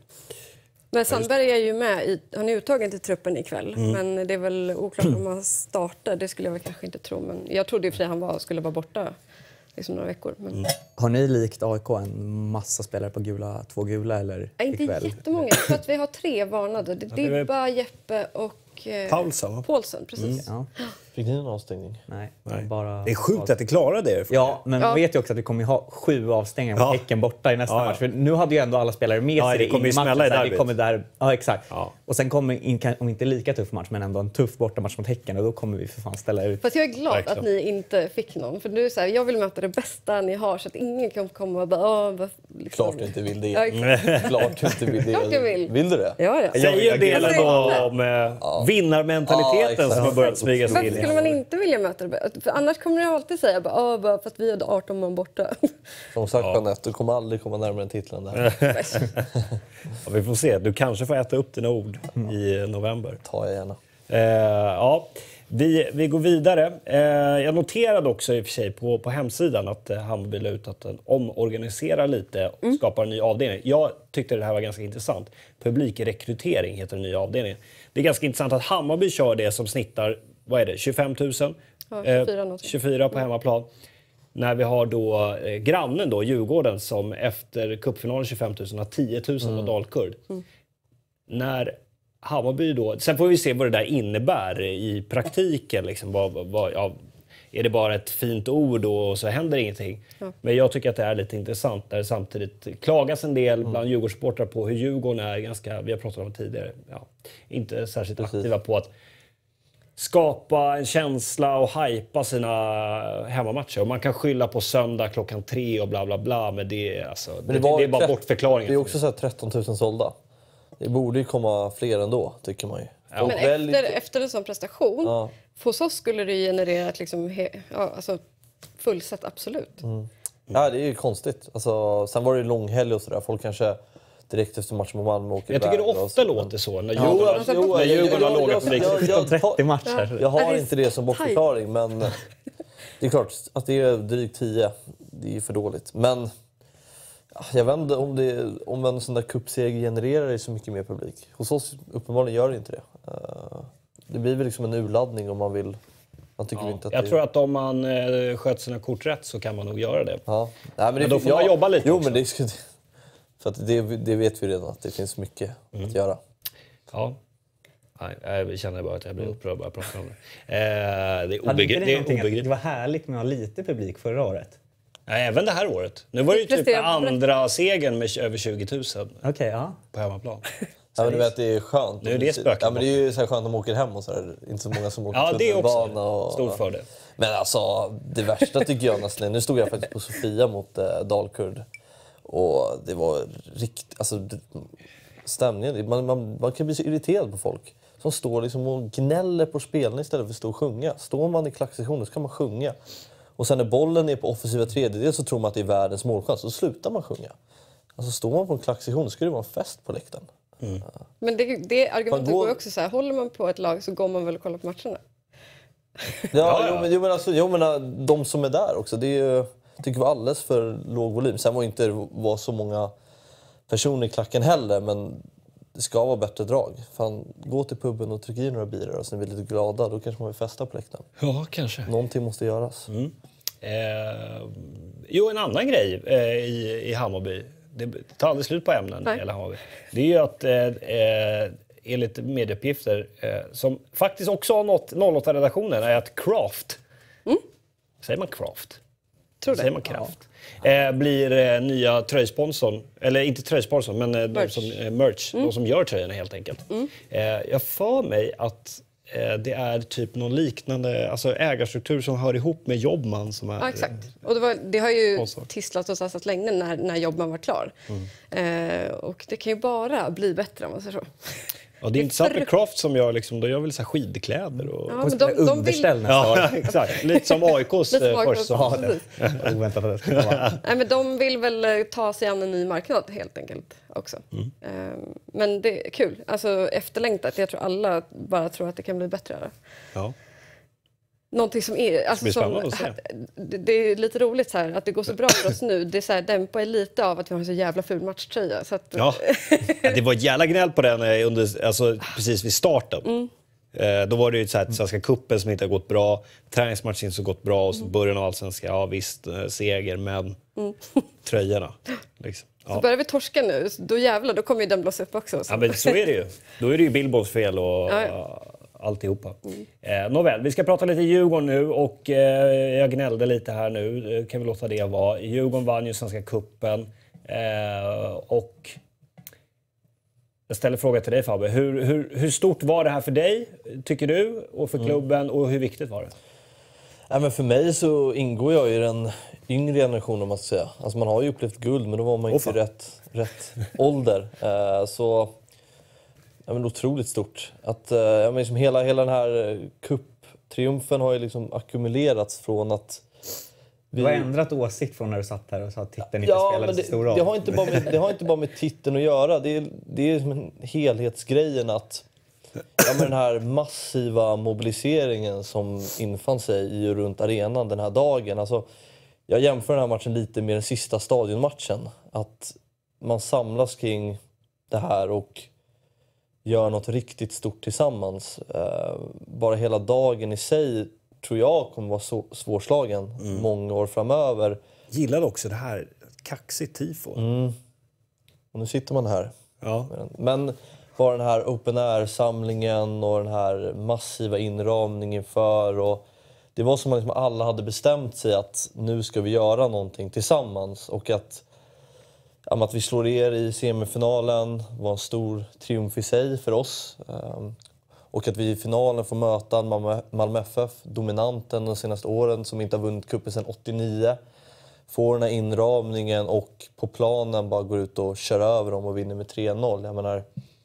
Men Sandberg är ju med, i, han är uttagen till truppen ikväll. Mm. Men det är väl oklart om han startar, det skulle jag väl kanske inte tro. Men jag trodde i och för sig han var, skulle vara borta liksom några veckor. Men... Mm. Har ni likt A I K en massa spelare på gula, två gula eller Nej, inte ikväll? jättemånga. Jag tror att vi har tre varnade. Det är det är väl- Dybba, Jeppe och eh, Paulsen, va? Paulsen. Precis. Ja, fick ni en avstängning? nej. Nej. Bara... Det är sjukt att ni klarar det. Ja, men Ja. man vet ju också att vi kommer ha sju avstängningar mot Ja. Häcken borta i nästa Ja, ja. match. För nu hade ju ändå alla spelare med Ja, sig det kommer ju in i matchen, smälla i så här, derbyt. vi kommer där, ja, exakt. Ja. Och sen kommer, in, om inte lika tuff match, men ändå en tuff bortamatch mot Häcken. Och då kommer vi för fan ställa ut. Fast jag är glad Verkligen. att ni inte fick någon. För nu är det så här, jag vill möta det bästa ni har så att ingen kan komma och bara... Åh, vad, liksom. Klart du inte vill det. Ja, exakt. Klart du inte vill det. Klart jag vill. Vill du det? Ja, ja. Säger jag- delen då jag- om eh, Ja, vinnarmentaliteten exakt. som har börjat smyga sig Varför in. skulle man inte vilja möta det bästa? För annars kommer jag alltid säga bara, Åh, bara för att vi hade arton man borta. Som sagt, Jeanette, du kommer aldrig komma närmare titeln där. Ja, vi får se. Du kanske får äta upp dina ord i november. tar jag gärna. Eh, ja, vi, vi går vidare. Eh, jag noterade också i och för sig på, på hemsidan att eh, Hammarby la ut att den omorganiserar lite och skapar en ny avdelning. Jag tyckte det här var ganska intressant. Publikrekrytering heter den nya avdelningen. Det är ganska intressant att Hammarby kör det som snittar, vad är det, tjugofem tusen? Ja, tjugofyra något. tjugofyra på hemmaplan. När vi har då eh, grannen då, Djurgården, som efter cupfinalen tjugofem tusen har tio tusen och Dalkurd. När Hammarby då, sen får vi se vad det där innebär i praktiken. Liksom, vad, vad, ja, är det bara ett fint ord och så händer ingenting? Ja. Men jag tycker att det är lite intressant när det samtidigt klagas en del bland Djurgårdssupportrar på hur Djurgården är ganska, vi har pratat om det tidigare, ja, inte särskilt Precis. aktiva på att skapa en känsla och hypa sina hemmamatcher. Och man kan skylla på söndag klockan tre och bla bla bla, men det är, alltså, det, det, var är bara trett- bortförklaringar. Det är också så här tretton tusen sålda. Det borde ju komma fler ändå, tycker man ju. Ja. Men Väldigt- efter, efter en sån prestation, Ja. hos oss skulle det generera ett liksom, he, ja, alltså, fullsatt, absolut. Ja, det är ju konstigt. Alltså, sen var det ju långhelg och sådär. Folk kanske direkt efter matchen mot Malmö åker Jag tycker det iväg och ofta så. låter så när Jo, Djurgården, alltså, när jo, Djurgården har jag- låga jag- publik. jag- jag- trettio matcher. Jag har Ja, det är inte det som bortförklaring, men det är klart att det är drygt tio. Det är ju för dåligt. Men ja, jag vet inte om, det, om en sån där cupseger genererar så mycket mer publik. Hos oss uppenbarligen gör det inte det. Eh, Det blir väl liksom en urladdning om man vill. Man tycker Ja, inte att jag det... tror att om man eh, sköter sina kort rätt så kan man nog göra det. Ja. Nej, Men då får man jobba lite Jo, också. men det, ska- för att det, det vet vi redan att det finns mycket Mm. att göra. Ja. Nej, jag känner bara att jag blir upprörd bara jag pratar om det. Eh, det är, Hade inte obegri- det det är någonting att det obegripligt. var härligt med att ha lite publik förra året? Nej, även det här året. Nu var det ju typ Prestera- andra segern med över tjugo tusen Okej, ja. på hemmaplan. Ja, men du vet, det är skönt. Nu är det spöken Ja, men det är ju så här skönt att de åker hem och så här. Inte så många som åker Ja, det är också tunnelbana och... stor fördel. Men alltså, det värsta tycker jag nästan... Nu stod jag faktiskt på Sofia mot eh, Dalkurd. Och det var riktigt... Alltså, det, stämningen... Man, man, man kan bli så irriterad på folk som står liksom och gnäller på spelarna istället för att stå och sjunga. Står man i klacksektionen så kan man sjunga. Och sen när bollen är på offensiva tredjedel så tror man att det är världens målchans. Så slutar man sjunga. Alltså står man på en klacksektion så ska det vara en fest på läktaren. Mm. Men det, det argumentet går... går också så här, håller man på ett lag så går man väl och kollar på matcherna. Ja, ja. Jo, men, jo, men alltså, jag menar, de som är där också, det är ju, tycker vi alldeles för låg volym. Sen var inte var så många personer i klacken heller, men det ska vara bättre drag. Fan, gå till puben och trycka i några birar och sen blir lite glada, då kanske man vill festa på läktaren. Ja, kanske. Någonting måste göras. Mm. Eh, jo, en annan grej eh, i, i Hammarby, det tar aldrig slut på ämnen i hela Hammarby. Det är ju att eh, enligt medieuppgifter eh, som faktiskt också har nått noll åtta-redaktionen är att Craft, mm. säger man Craft? Tror det. Säger man Kraft? Ja. Eh, blir eh, nya tröjsponsorn, eller inte tröjsponsorn, men eh, de som, eh, merch, mm. de som gör tröjorna helt enkelt. Mm. Eh, jag för mig att eh, det är typ någon liknande alltså ägarstruktur som hör ihop med Jobman som är... Ja, exakt. Och det, var, det har ju sponsor. Tisslat och satsat länge när, när Jobman var klar. Mm. Eh, och det kan ju bara bli bättre om man säger så. Ja, det är intressant med Craft som gör liksom, då gör väl så här skidkläder och... Ja, men de, de underställ vill... Ja, exakt. Lite som A I K:s första. Ja, oväntat att det skulle vara. Nej, men de vill väl ta sig an en ny marknad helt enkelt också. Mm. Men det är kul. Alltså efterlängtat. Jag tror alla bara tror att det kan bli bättre. Ja. Någonting som är... Alltså, som, det, det är lite roligt så här, att det går så bra för oss nu. Det är så här, dämpar lite av att vi har en så jävla ful matchtröja. Så att... Ja, det var ett jävla gnäll på den under, alltså, precis vid starten. Mm. Eh, då var det ju så här, Svenska cupen som inte har gått bra. Träningsmatchen som gått bra. Och så början av Allsvenska, ja visst, eh, seger, men mm. tröjorna. Liksom. Ja. Så börjar vi torska nu, då jävlar, då kommer ju den blåsa upp också. Så. Ja, men så är det ju. Då är det ju Billboards fel och... Ja, ja. Alltihopa. Mm. Eh, nåväl, vi ska prata lite Djurgården nu och eh, jag gnällde lite här nu. Kan vi låta det vara. Djurgården vann ju Svenska cupen eh, och jag ställer fråga till dig Fabbe. Hur, hur, hur stort var det här för dig, tycker du, och för klubben mm. och hur viktigt var det? Ja, men för mig så ingår jag i den yngre generationen, man ska säga. Alltså man har ju upplevt guld, men då var man inte i rätt, rätt ålder. Eh, så... Ja, men otroligt stort. Att, eh, ja, men liksom hela, hela den här cuptriumfen har ju liksom ackumulerats från att... Vi... Du har ändrat åsikt från när du satt här och sa att titeln inte ja, spelade men det, så stor roll. Det har, inte bara med, det har inte bara med titeln att göra. Det är, det är som en helhetsgrejen att ja, men den här massiva mobiliseringen som infann sig i och runt arenan den här dagen. Alltså, jag jämför den här matchen lite med den sista stadionmatchen. Att man samlas kring det här och gör något riktigt stort tillsammans. Uh, bara hela dagen i sig tror jag kommer vara så svårslagen mm. många år framöver. Gillar också det här kaxigt tifo. Mm. Och nu sitter man här. Ja. Men bara den här open air-samlingen och den här massiva inramningen för. Och det var som att liksom alla hade bestämt sig att nu ska vi göra någonting tillsammans. Och att Att vi slår er i semifinalen var en stor triumf i sig för oss. Och att vi i finalen får möta Malmö F F, dominanten de senaste åren som inte har vunnit cupen sedan åttionio. Får den här inramningen och på planen bara går ut och kör över dem och vinner med tre noll. Jag menar,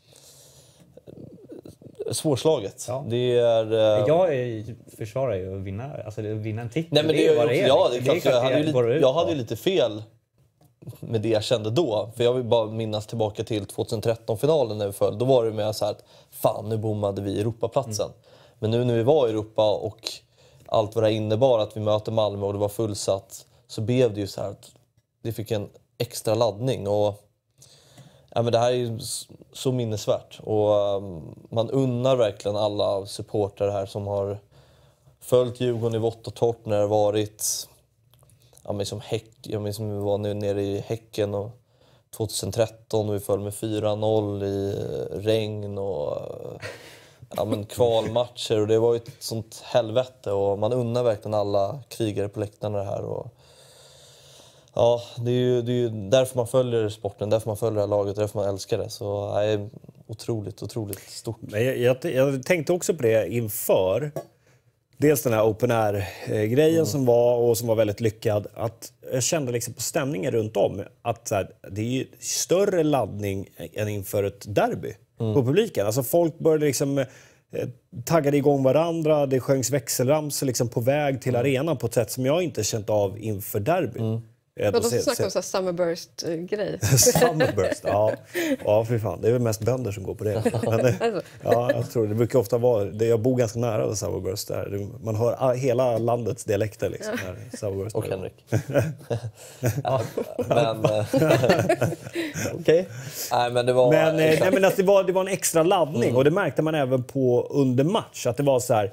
svårslaget. Ja. Det är, jag är försvarar ju att vinna, alltså vinna en titel. Nej, men det, det är vad det är. Ja, det är klart. Det är klart jag hade ju lite, jag hade ju lite fel med det jag kände då. För jag vill bara minnas tillbaka till tjugohundratretton-finalen när vi föll. Då var det med så här att fan, nu bommade vi Europaplatsen. Mm. Men nu när vi var i Europa och allt vad det innebar att vi möter Malmö och det var fullsatt, så blev det ju så här att det fick en extra laddning. Och ja, men det här är ju så minnesvärt. Och um, man unnar verkligen alla supportrar här som har följt Djurgården i vått och torrt när det har varit... Ja, men som häck, jag minns som vi var nu nere i Häcken och tjugotretton och vi föll med fyra noll i regn och ja, men kvalmatcher och det var ju ett sånt helvete och man unnar verkligen alla krigare på läktarna det här och ja, det är ju, det är ju därför man följer sporten, därför man följer det här laget, därför man älskar det, så det är otroligt, otroligt stort. Men jag, jag, jag tänkte också på det inför dels den här open air-grejen mm. som var och som var väldigt lyckad. Att jag kände liksom på stämningen runt om att så här, det är ju större laddning än inför ett derby mm. på publiken. Alltså folk började liksom eh, taggade igång varandra. Det sjöngs växelramsor liksom på väg till mm. arenan på ett sätt som jag inte känt av inför derby. Mm. Ja, de snackar om så här Summerburst-grej. Summerburst, ja. Ja, för fan. Det är väl mest bönder som går på det. Men det Alltså. ja, jag tror det brukar ofta vara... Det, jag bor ganska nära Summerburst där. Man hör all, hela landets dialekter liksom. Här, Summerburst. Och Henrik. Ja, men... Okej. Okay. Nej, men det var... Men, eh, nej, men alltså, det, var, det var en extra laddning. Mm. Och det märkte man även på under match. Att det var så här...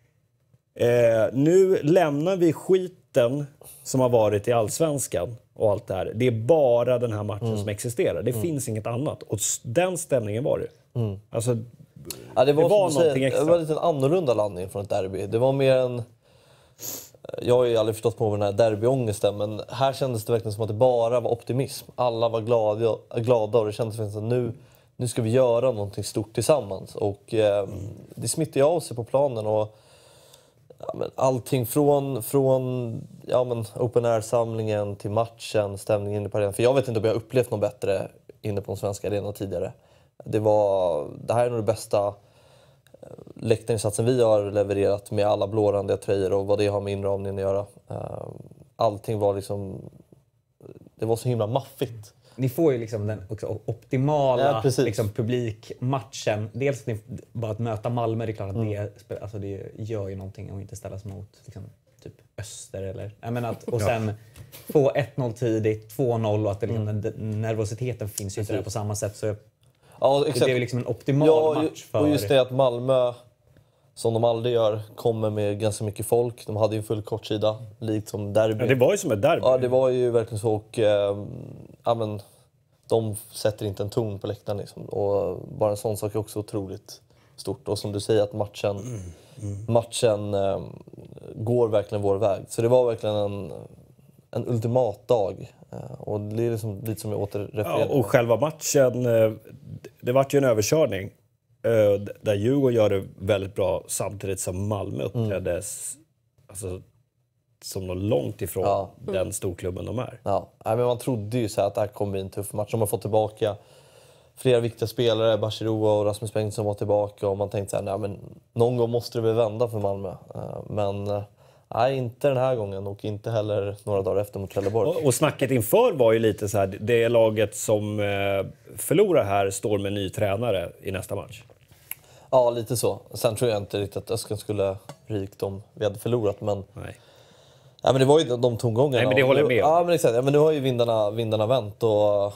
Eh, nu lämnar vi skiten som har varit i Allsvenskan och allt det här. Det är bara den här matchen mm. som existerar. Det mm. finns inget annat. Och den stämningen var det. Mm. Alltså, ja, det var, det var någonting säger, extra. Det var lite en annorlunda landning från ett derby. Det var mer en... Jag har ju aldrig förstått på den här derbyångesten, men här kändes det verkligen som att det bara var optimism. Alla var glada, glada och det kändes som att nu, nu ska vi göra någonting stort tillsammans. Och eh, mm. det smittade av sig på planen. Och ja, men allting från, från ja, men open air-samlingen till matchen, stämningen inne på arenan. För jag vet inte om jag har upplevt något bättre inne på den svenska arenan tidigare. Det, var, det här är nog det bästa läktarinsatsen vi har levererat med alla blårandiga tröjor och vad det har med inramningen att göra. Allting var liksom... Det var så himla maffigt. Ni får ju liksom den också optimala ja, liksom, publikmatchen. Dels att ni, bara att möta Malmö, det är klart att mm. det, alltså det gör ju någonting om inte ställas mot liksom, typ Öster. Eller, jag menar att, och sen få ett noll tidigt, två noll och att det, liksom, mm. den, nervositeten finns ju inte där på samma sätt. Så ja, exakt. det är liksom en optimal ja, match för... Och just det att Malmö, som de aldrig gör, kommer med ganska mycket folk. De hade ju en full kortsida, likt som derby. Ja, det var ju som ett derby. Ja, det var ju verkligen så. Och, eh, ja, men, de sätter inte en ton på läktaren. Liksom. Och bara en sån sak är också otroligt stort. Och som du säger, att matchen, mm. Mm. matchen eh, går verkligen vår väg. Så det var verkligen en, en ultimat dag. Eh, och det är liksom lite som jag återrefererade. Ja, och själva matchen, eh, det var ju en överkörning. Där Djurgården gör det väldigt bra samtidigt som Malmö uppträddes mm. alltså, som något långt ifrån ja. den storklubben de är. Ja, men man trodde ju så här att det här kommer bli en tuff match. De har fått tillbaka flera viktiga spelare, Bachirou och Rasmus Bengtsson var tillbaka och man tänkte så här, nej, men någon gång måste det väl vända för Malmö. Men nej, inte den här gången och inte heller några dagar efter mot Trelleborg. Och, och snacket inför var ju lite så här, det laget som förlorar här står med ny tränare i nästa match. Ja, lite så. Sen tror jag inte riktigt att Öskan skulle rikt om vi hade förlorat, men... Nej. Ja, men det var ju de tongångarna. Nej, men det håller jag med om. Ja, men exakt. Ja, men nu har ju vindarna, vindarna vänt och...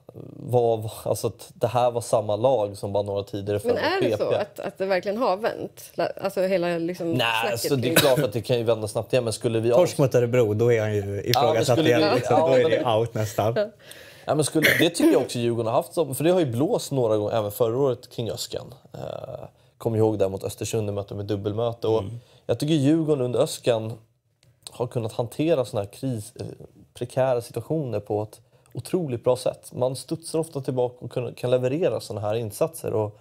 Var, alltså att det här var samma lag som bara några tidigare för. Men är det så att, att det verkligen har vänt? Alltså hela liksom... Nej, alltså, det är klart att det kan ju vända snabbt igen, men skulle vi... Torsk mot Örebro, då är han ju ifrågasatt ja, igen. Liksom. Ja, då är det out nästan. Ja. Ja, men skulle, det tycker jag också Djurgården har haft. För det har ju blåst några gånger, även förra året, kring Öskan. Eh, Kom ihåg där mot Östersund, möte med dubbelmöte. Och mm. jag tycker Djurgården under Öskan har kunnat hantera såna här kris, prekära situationer på ett otroligt bra sätt. Man studsar ofta tillbaka och kan, kan leverera såna här insatser. Och,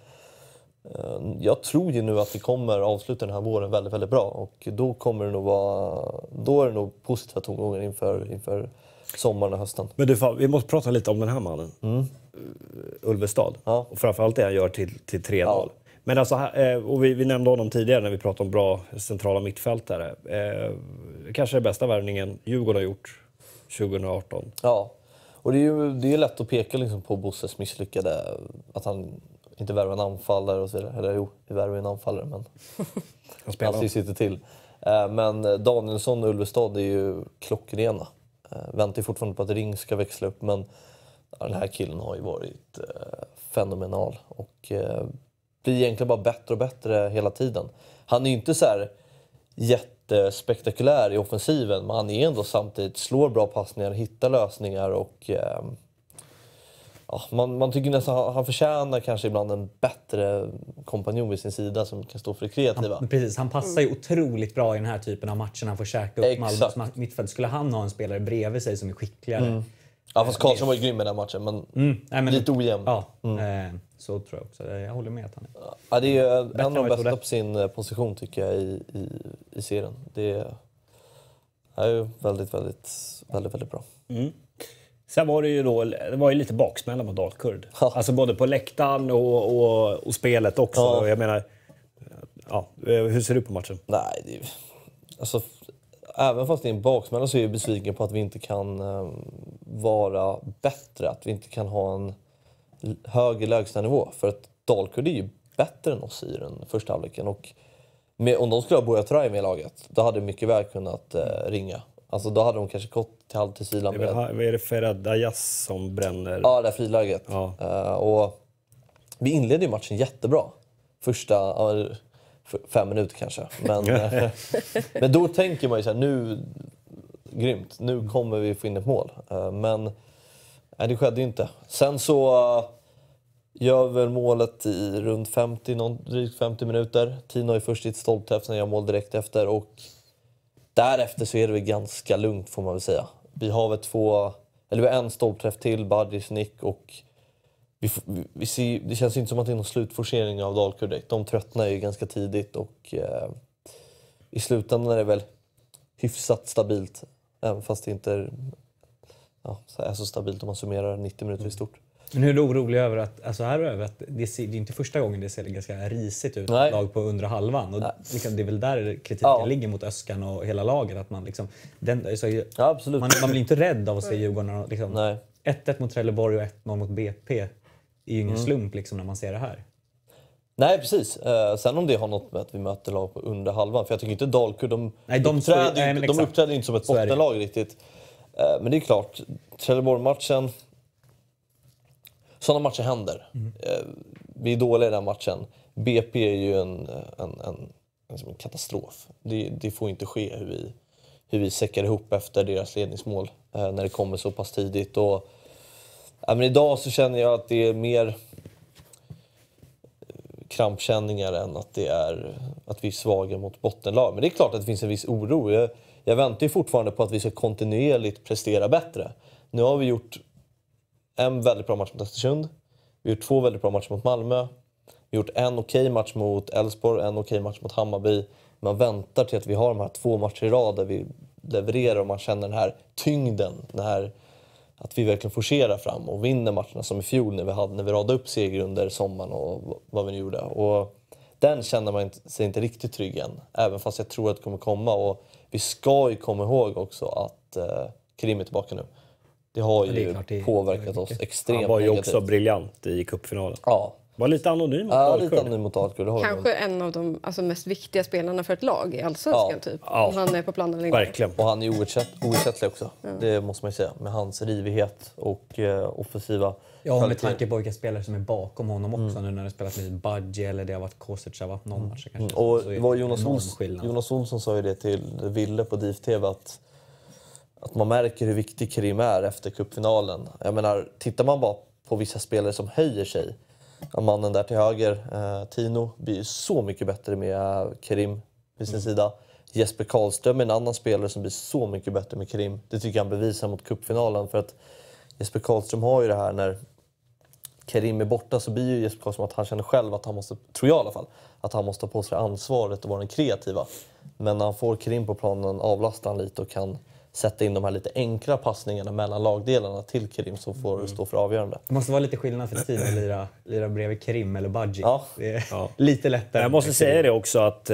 eh, jag tror ju nu att vi kommer avsluta den här våren väldigt, väldigt bra. Och då kommer det nog vara, då är det nog positiva tongångar inför, inför sommaren och hösten. Men du, fan, vi måste prata lite om den här mannen. Mm. Ulvestad. Ja. Och framförallt det han gör till, till tre noll. Ja. Men alltså, och vi, vi nämnde honom tidigare när vi pratade om bra centrala mittfältare. Eh, kanske det bästa värvningen Djurgården har gjort tjugo arton. Ja, och det är ju det är lätt att peka liksom på Bosses misslyckade, att han inte värvar en anfallare och så vidare. Eller jo, vi värvar en anfallare, men han spelar han sitter till. Eh, men Danielsson och Ulvestad är ju klockrena. Eh, väntar fortfarande på att Ring ska växla upp, men ja, den här killen har ju varit eh, fenomenal. Och eh, blir egentligen bara bättre och bättre hela tiden. Han är ju inte så här jättespektakulär i offensiven, men han är ändå samtidigt slår bra passningar, hittar lösningar och eh, ja, man, man tycker nästan han, han förtjänar kanske ibland en bättre kompanjon vid sin sida som kan stå för det kreativa. Han, precis, han passar ju otroligt bra i den här typen av matcher. Han får käka upp Malmös mittfält. Skulle han ha en spelare bredvid sig som är skickligare? Mm. Ja, fast Karlsson var ju grym i den matchen, men, mm. Nej, men lite ojämn. Ja, mm. eh, så tror jag också. Jag håller med att han är. Ja, det är ju en av de bästa på sin position tycker jag i, i, i serien. Det är, är ju väldigt, väldigt, väldigt, väldigt bra. Mm. Sen var det ju då, det var ju lite baksmälla mot Dalkurd. Ja. Alltså både på läktaren och, och, och spelet också. Ja. Jag menar, ja, hur ser du på matchen? Nej, det är, alltså, även fast det är en baksmälla så är jag besviken på att vi inte kan eh, vara bättre. Att vi inte kan ha en högre lägstanivå. För att Dalkurd är ju bättre än oss i den första halvleken. Och med, om de skulle ha Buya Turay med i laget, då hade mycket väl kunnat eh, ringa. Alltså då hade de kanske gått till halvtidsvilan med... Vad är det Ferhat Ayaz som bränner? Ja, det här friläget. Ja. Uh, och vi inledde ju matchen jättebra. Första uh, fem minuter kanske. Men, uh, men då tänker man ju så här, nu... Grymt, nu kommer vi få in ett mål. Uh, men nej, det skedde ju inte. Sen så uh, gör väl målet i runt femtio, någon, drygt femtio minuter. Tino är först i ett stolpträff, sen gör mål direkt efter. Och därefter så är det väl ganska lugnt får man väl säga. Vi har väl två, eller vi har en stolpträff till, Badis, Nick och vi, vi, vi ser, det känns inte som att det är någon slutforcering av Dalkurd. De tröttnar ju ganska tidigt och eh, i slutändan är det väl hyfsat stabilt. Även fast det inte är, ja, är så stabilt om man summerar nittio minuter i stort. Men hur är du orolig över att, alltså här över att det, ser, det är inte första gången det ser ganska risigt ut, Nej. lag på undre halvan. Och liksom, det är väl där kritiken Ja. ligger mot Öskan och hela laget. Att man, liksom, den, så, Ja, absolut. man, man blir inte rädd av att se Djurgården. Liksom, Nej. ett ett mot Trelleborg och ett noll mot B P är ju ingen slump liksom, när man ser det här. Nej, precis. Eh, sen om det har något med att vi möter lag på under halvan. För jag tycker inte Dalkurd, de, Nej, de uppträder, står- nej, men de exakt. uppträder inte som ett Så är det. bottenlag riktigt. Eh, men det är klart, Trelleborg-matchen... Sådana matcher händer. Mm. Eh, vi är dåliga i den matchen. B P är ju en, en, en, en, en katastrof. Det, det får inte ske hur vi, hur vi säckar ihop efter deras ledningsmål. Eh, när det kommer så pass tidigt. Och, ja, men idag så känner jag att det är mer krampkänningar än att det är att vi är svaga mot bottenlag. Men det är klart att det finns en viss oro. Jag, jag väntar ju fortfarande på att vi ska kontinuerligt prestera bättre. Nu har vi gjort en väldigt bra match mot Östersund. Vi har gjort två väldigt bra matcher mot Malmö. Vi har gjort en okej match mot Elfsborg, en okej match mot Hammarby. Man väntar till att vi har de här två matcher i rad där vi levererar och man känner den här tyngden. Den här, att vi verkligen forcerar fram och vinner matcherna som i fjol när vi, hade, när vi radade upp seger under sommaren och vad vi nu gjorde. Och den känner man sig inte riktigt trygg än. Även fast jag tror att det kommer komma. Och vi ska ju komma ihåg också att eh, Karim är tillbaka nu. Det har ju det är klart, det är- påverkat det är oss mycket. extremt Han var ju negativt. också briljant i cupfinalen. Ja, Var lite anonym mot ja Dalkurd. lite anonym mot Dalkurd. det har vi nog. Kanske en av de alltså, mest viktiga spelarna för ett lag i Allsvenskan. Ja. Typ. Ja. Om han är på planen eller inte. Verkligen. Och han är oersätt- oersättlig också. Det måste man ju säga. Med hans rivighet och eh, offensiva Ja, med kvaliteter. tanke på vilka spelare som är bakom honom också nu när det spelat med Budgie eller det har varit Kosic, det har varit någon match kanske. Och Så är det var det Jonas, enorm Ols- skillnad. Jonas Olsson sa ju det till Ville på D I F T V att, att man märker hur viktig Karim är efter cupfinalen. Jag menar, tittar man bara på vissa spelare som höjer sig. Ja, mannen där till höger, eh, Tino, blir ju så mycket bättre med Karim vid sin sida. Jesper Karlström är en annan spelare som blir så mycket bättre med Karim. Det tycker jag han bevisar mot cupfinalen. För att Jesper Karlström har ju det här när Karim är borta så blir ju Jesper Karlström att han känner själv att han måste, tror jag i alla fall, att han måste ta på sig ansvaret och vara den kreativa. Men när han får Karim på planen avlastar han lite och kan sätta in de här lite enkla passningarna mellan lagdelarna till Karim som får Mm. stå för avgörande. Det måste vara lite skillnad för Tino att lira, lira bredvid Karim eller Budgie. Ja. Det är lite lättare. Jag måste säga det också att eh,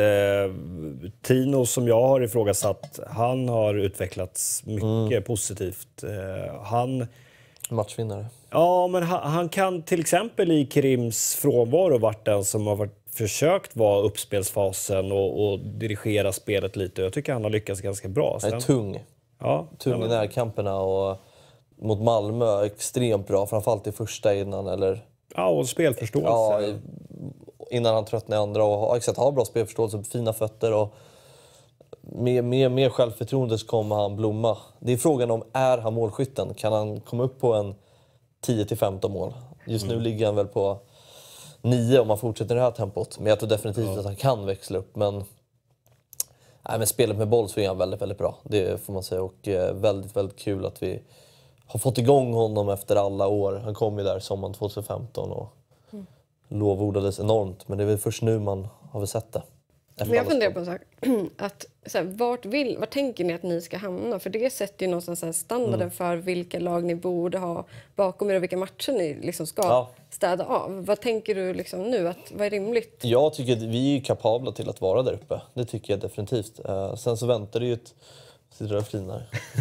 Tino som jag har ifrågasatt, han har utvecklats mycket positivt. Eh, han, Matchvinnare. ja, men han, han kan till exempel i Karims frånvaro varit den som har varit, försökt vara uppspelsfasen och, och dirigera spelet lite. Jag tycker han har lyckats ganska bra. Han är Sen, tung. ja, Tung i närkamperna och mot Malmö extremt bra. Framförallt i första innan eller ja, och spelförståelse. ja, i- innan han tröttnar i andra och har exakt, har bra spelförståelse, fina fötter och med, med, med självförtroende så kommer han blomma. Det är frågan om, är han målskytten? Kan han komma upp på en tio till femton mål? Just nu ligger han väl på nio om man fortsätter det här tempot. Men jag tror definitivt att han kan växla upp. Men, nej, men spelet med boll så är han väldigt, väldigt bra. Det får man säga. Och eh, väldigt, väldigt kul att vi har fått igång honom efter alla år. Han kom ju där sommaren tjugohundrafemton och Mm. lovordades enormt. Men det är väl först nu man har väl sett det. Efter Men jag alla funderar spel. på en sak. Att, så här, vart, vill, vart tänker ni att ni ska hamna? För det sätter ju någonstans så här standarden Mm. för vilka lag ni borde ha bakom er och vilka matcher ni liksom ska Ja. städa av. Vad tänker du liksom nu? Att, vad är rimligt? Jag tycker att vi är kapabla till att vara där uppe. Det tycker jag definitivt. Eh, sen så väntar det ju ett Sitter där och flinar.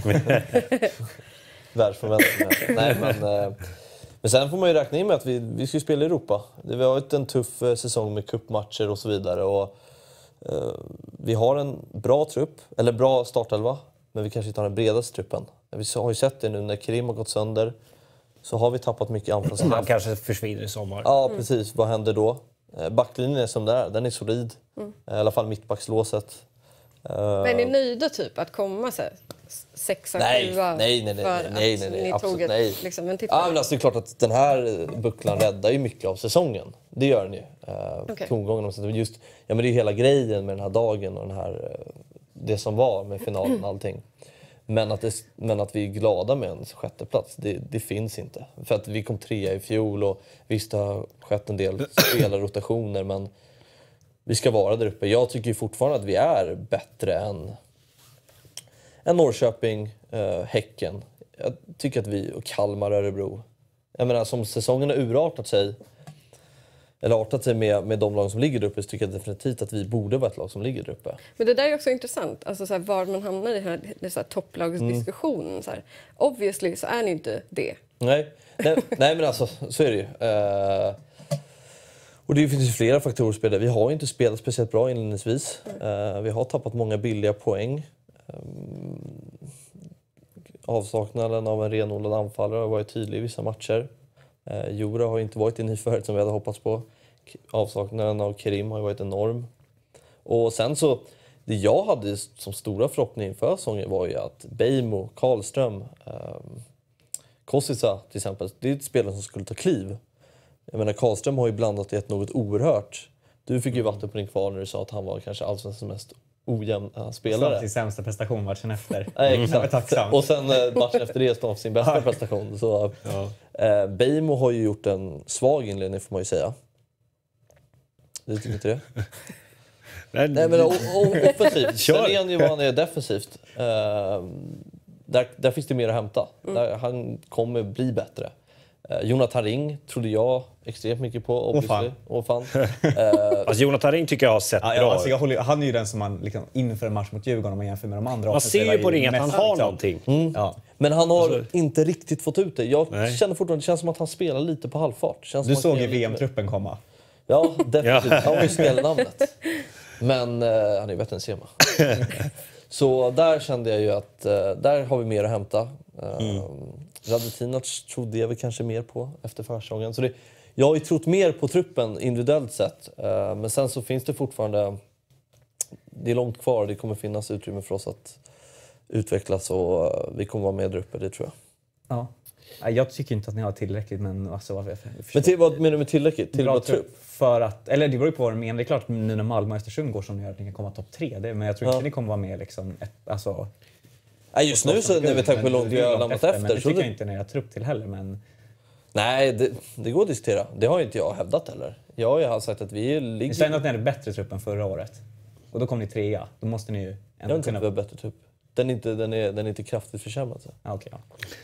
Världsförväntningar. Nej, men, eh, men sen får man ju räkna in med att vi, vi ska spela i Europa. Det har varit en tuff eh, säsong med cupmatcher och så vidare. Och, eh, vi har en bra trupp, eller bra startelva, men vi kanske inte har den bredaste truppen. Vi har ju sett det nu när Kerim har gått sönder, så har vi tappat mycket anfallskraft. Han kanske försvinner i sommar. Ja, precis. Mm. Vad händer då? Backlinjen är som det är. Den är solid. Mm. I alla fall mittbackslåset. Men är ni nöjda typ att komma så här, sexa, nej, sjua? Nej, nej, nej. nej, nej, nej, nej absolut ett, nej. Liksom, en ja, men alltså, det är klart att den här bucklan räddar ju mycket av säsongen. Det gör den ju. Uh, okay. Tongången. Just, ja, men det är ju hela grejen med den här dagen och den här, det som var med finalen och allting. Men att, det, men att vi är glada med en sjätte plats, det, det finns inte. För att vi kom trea i fjol och visst det har skett en del spelarrotationer, men vi ska vara där uppe. Jag tycker fortfarande att vi är bättre än, än Norrköping, eh, Häcken. Jag tycker att vi, och Kalmar, Örebro. Jag menar, som säsongen har urartat sig, eller artat sig med, med de lag som ligger där uppe, så tycker jag definitivt att vi borde vara ett lag som ligger där uppe. Men det där är också intressant, alltså så här, var man hamnar i den här, den här topplagsdiskussionen. Mm. Så här. Obviously så är ni inte det. Nej, nej, nej men alltså så är det ju. Uh, och det finns ju flera faktorer att spela. Vi har ju inte spelat speciellt bra inledningsvis. Uh, vi har tappat många billiga poäng. Um, avsaknaden av en renodlad anfallare har varit tydlig i vissa matcher. Uh, Jura har inte varit i nyförvärvet som vi hade hoppats på. Avsaknaden av Kerim har varit enorm. Och sen så, det jag hade som stora förhoppning inför säsongen var ju att Beijmo, Karlström, um, Kosica till exempel, det är ett spelare som skulle ta kliv. Jag menar, Karlström har ju blandat i ett något oerhört. Du fick ju vatten på din kvar när du sa att han var kanske allsvenskans mest ojämna spelare. Sin sämsta prestation matchen efter. Nej, exakt. Och sen matchen efter det stod sin bästa prestation. Så, ja. eh, Beijmo har ju gjort en svag inledning får man ju säga. Du tycker inte det? Nej, Nej men o- o- offensivt. Sen är han ju vad han är defensivt. Eh, Där, där finns det mer att hämta. Mm. Där han kommer bli bättre. Eh, Jonathan Ring trodde jag extremt mycket på. Åh fan. Åh fan. eh, alltså Jonathan Ring tycker jag har sett ja, bra. Ja, alltså jag håller, han är ju den som man liksom, inför en match mot Djurgården om man jämför med de andra. Man ser ju på Ring att han har liksom någonting. Mm. Ja. Men han har alltså inte riktigt fått ut det. Jag Nej. känner fortfarande, det känns som att han spelar lite på halvfart. Känns du såg ju V M-truppen komma. Ja, definitivt. Han var ju smällnamnet. Men eh, han är ju bättre än Sema. Så där kände jag ju att uh, där har vi mer att hämta. Uh, mm. Radetinac trodde jag väl kanske mer på efter försäsongen. Så det, jag har ju trott mer på truppen individuellt sett. Uh, men sen så finns det fortfarande... Det är långt kvar. Det kommer finnas utrymme för oss att utvecklas och uh, vi kommer vara med där uppe, det tror jag. Ja. Jag tycker inte att ni har tillräckligt, men alltså, jag, jag men till, vad menar du med tillräckligt? Till bra vad trupp? För att, eller det beror ju på vad du menar. Det är klart nu när Malmö och Östersund går som ni gör att ni kan komma topp tre. Det, men jag tror inte ja. ni kommer vara med liksom ett, alltså... Nej, just nu så när vi tänker på hur långt vi har lämnat efter. Men det så tycker det... jag inte när jag trupp till heller, men... Nej, det, det går att diskutera. Det har inte jag hävdat heller. Jag har ju sagt att vi ligger... Ni säger att ni hade bättre trupp än förra året. Och då kom ni trea. Då måste ni ju... Ändå jag har inte kunna... vi har bättre trupp. Den är inte, den är, den är inte kraftigt försämrad. Så. Ah, okay, ja.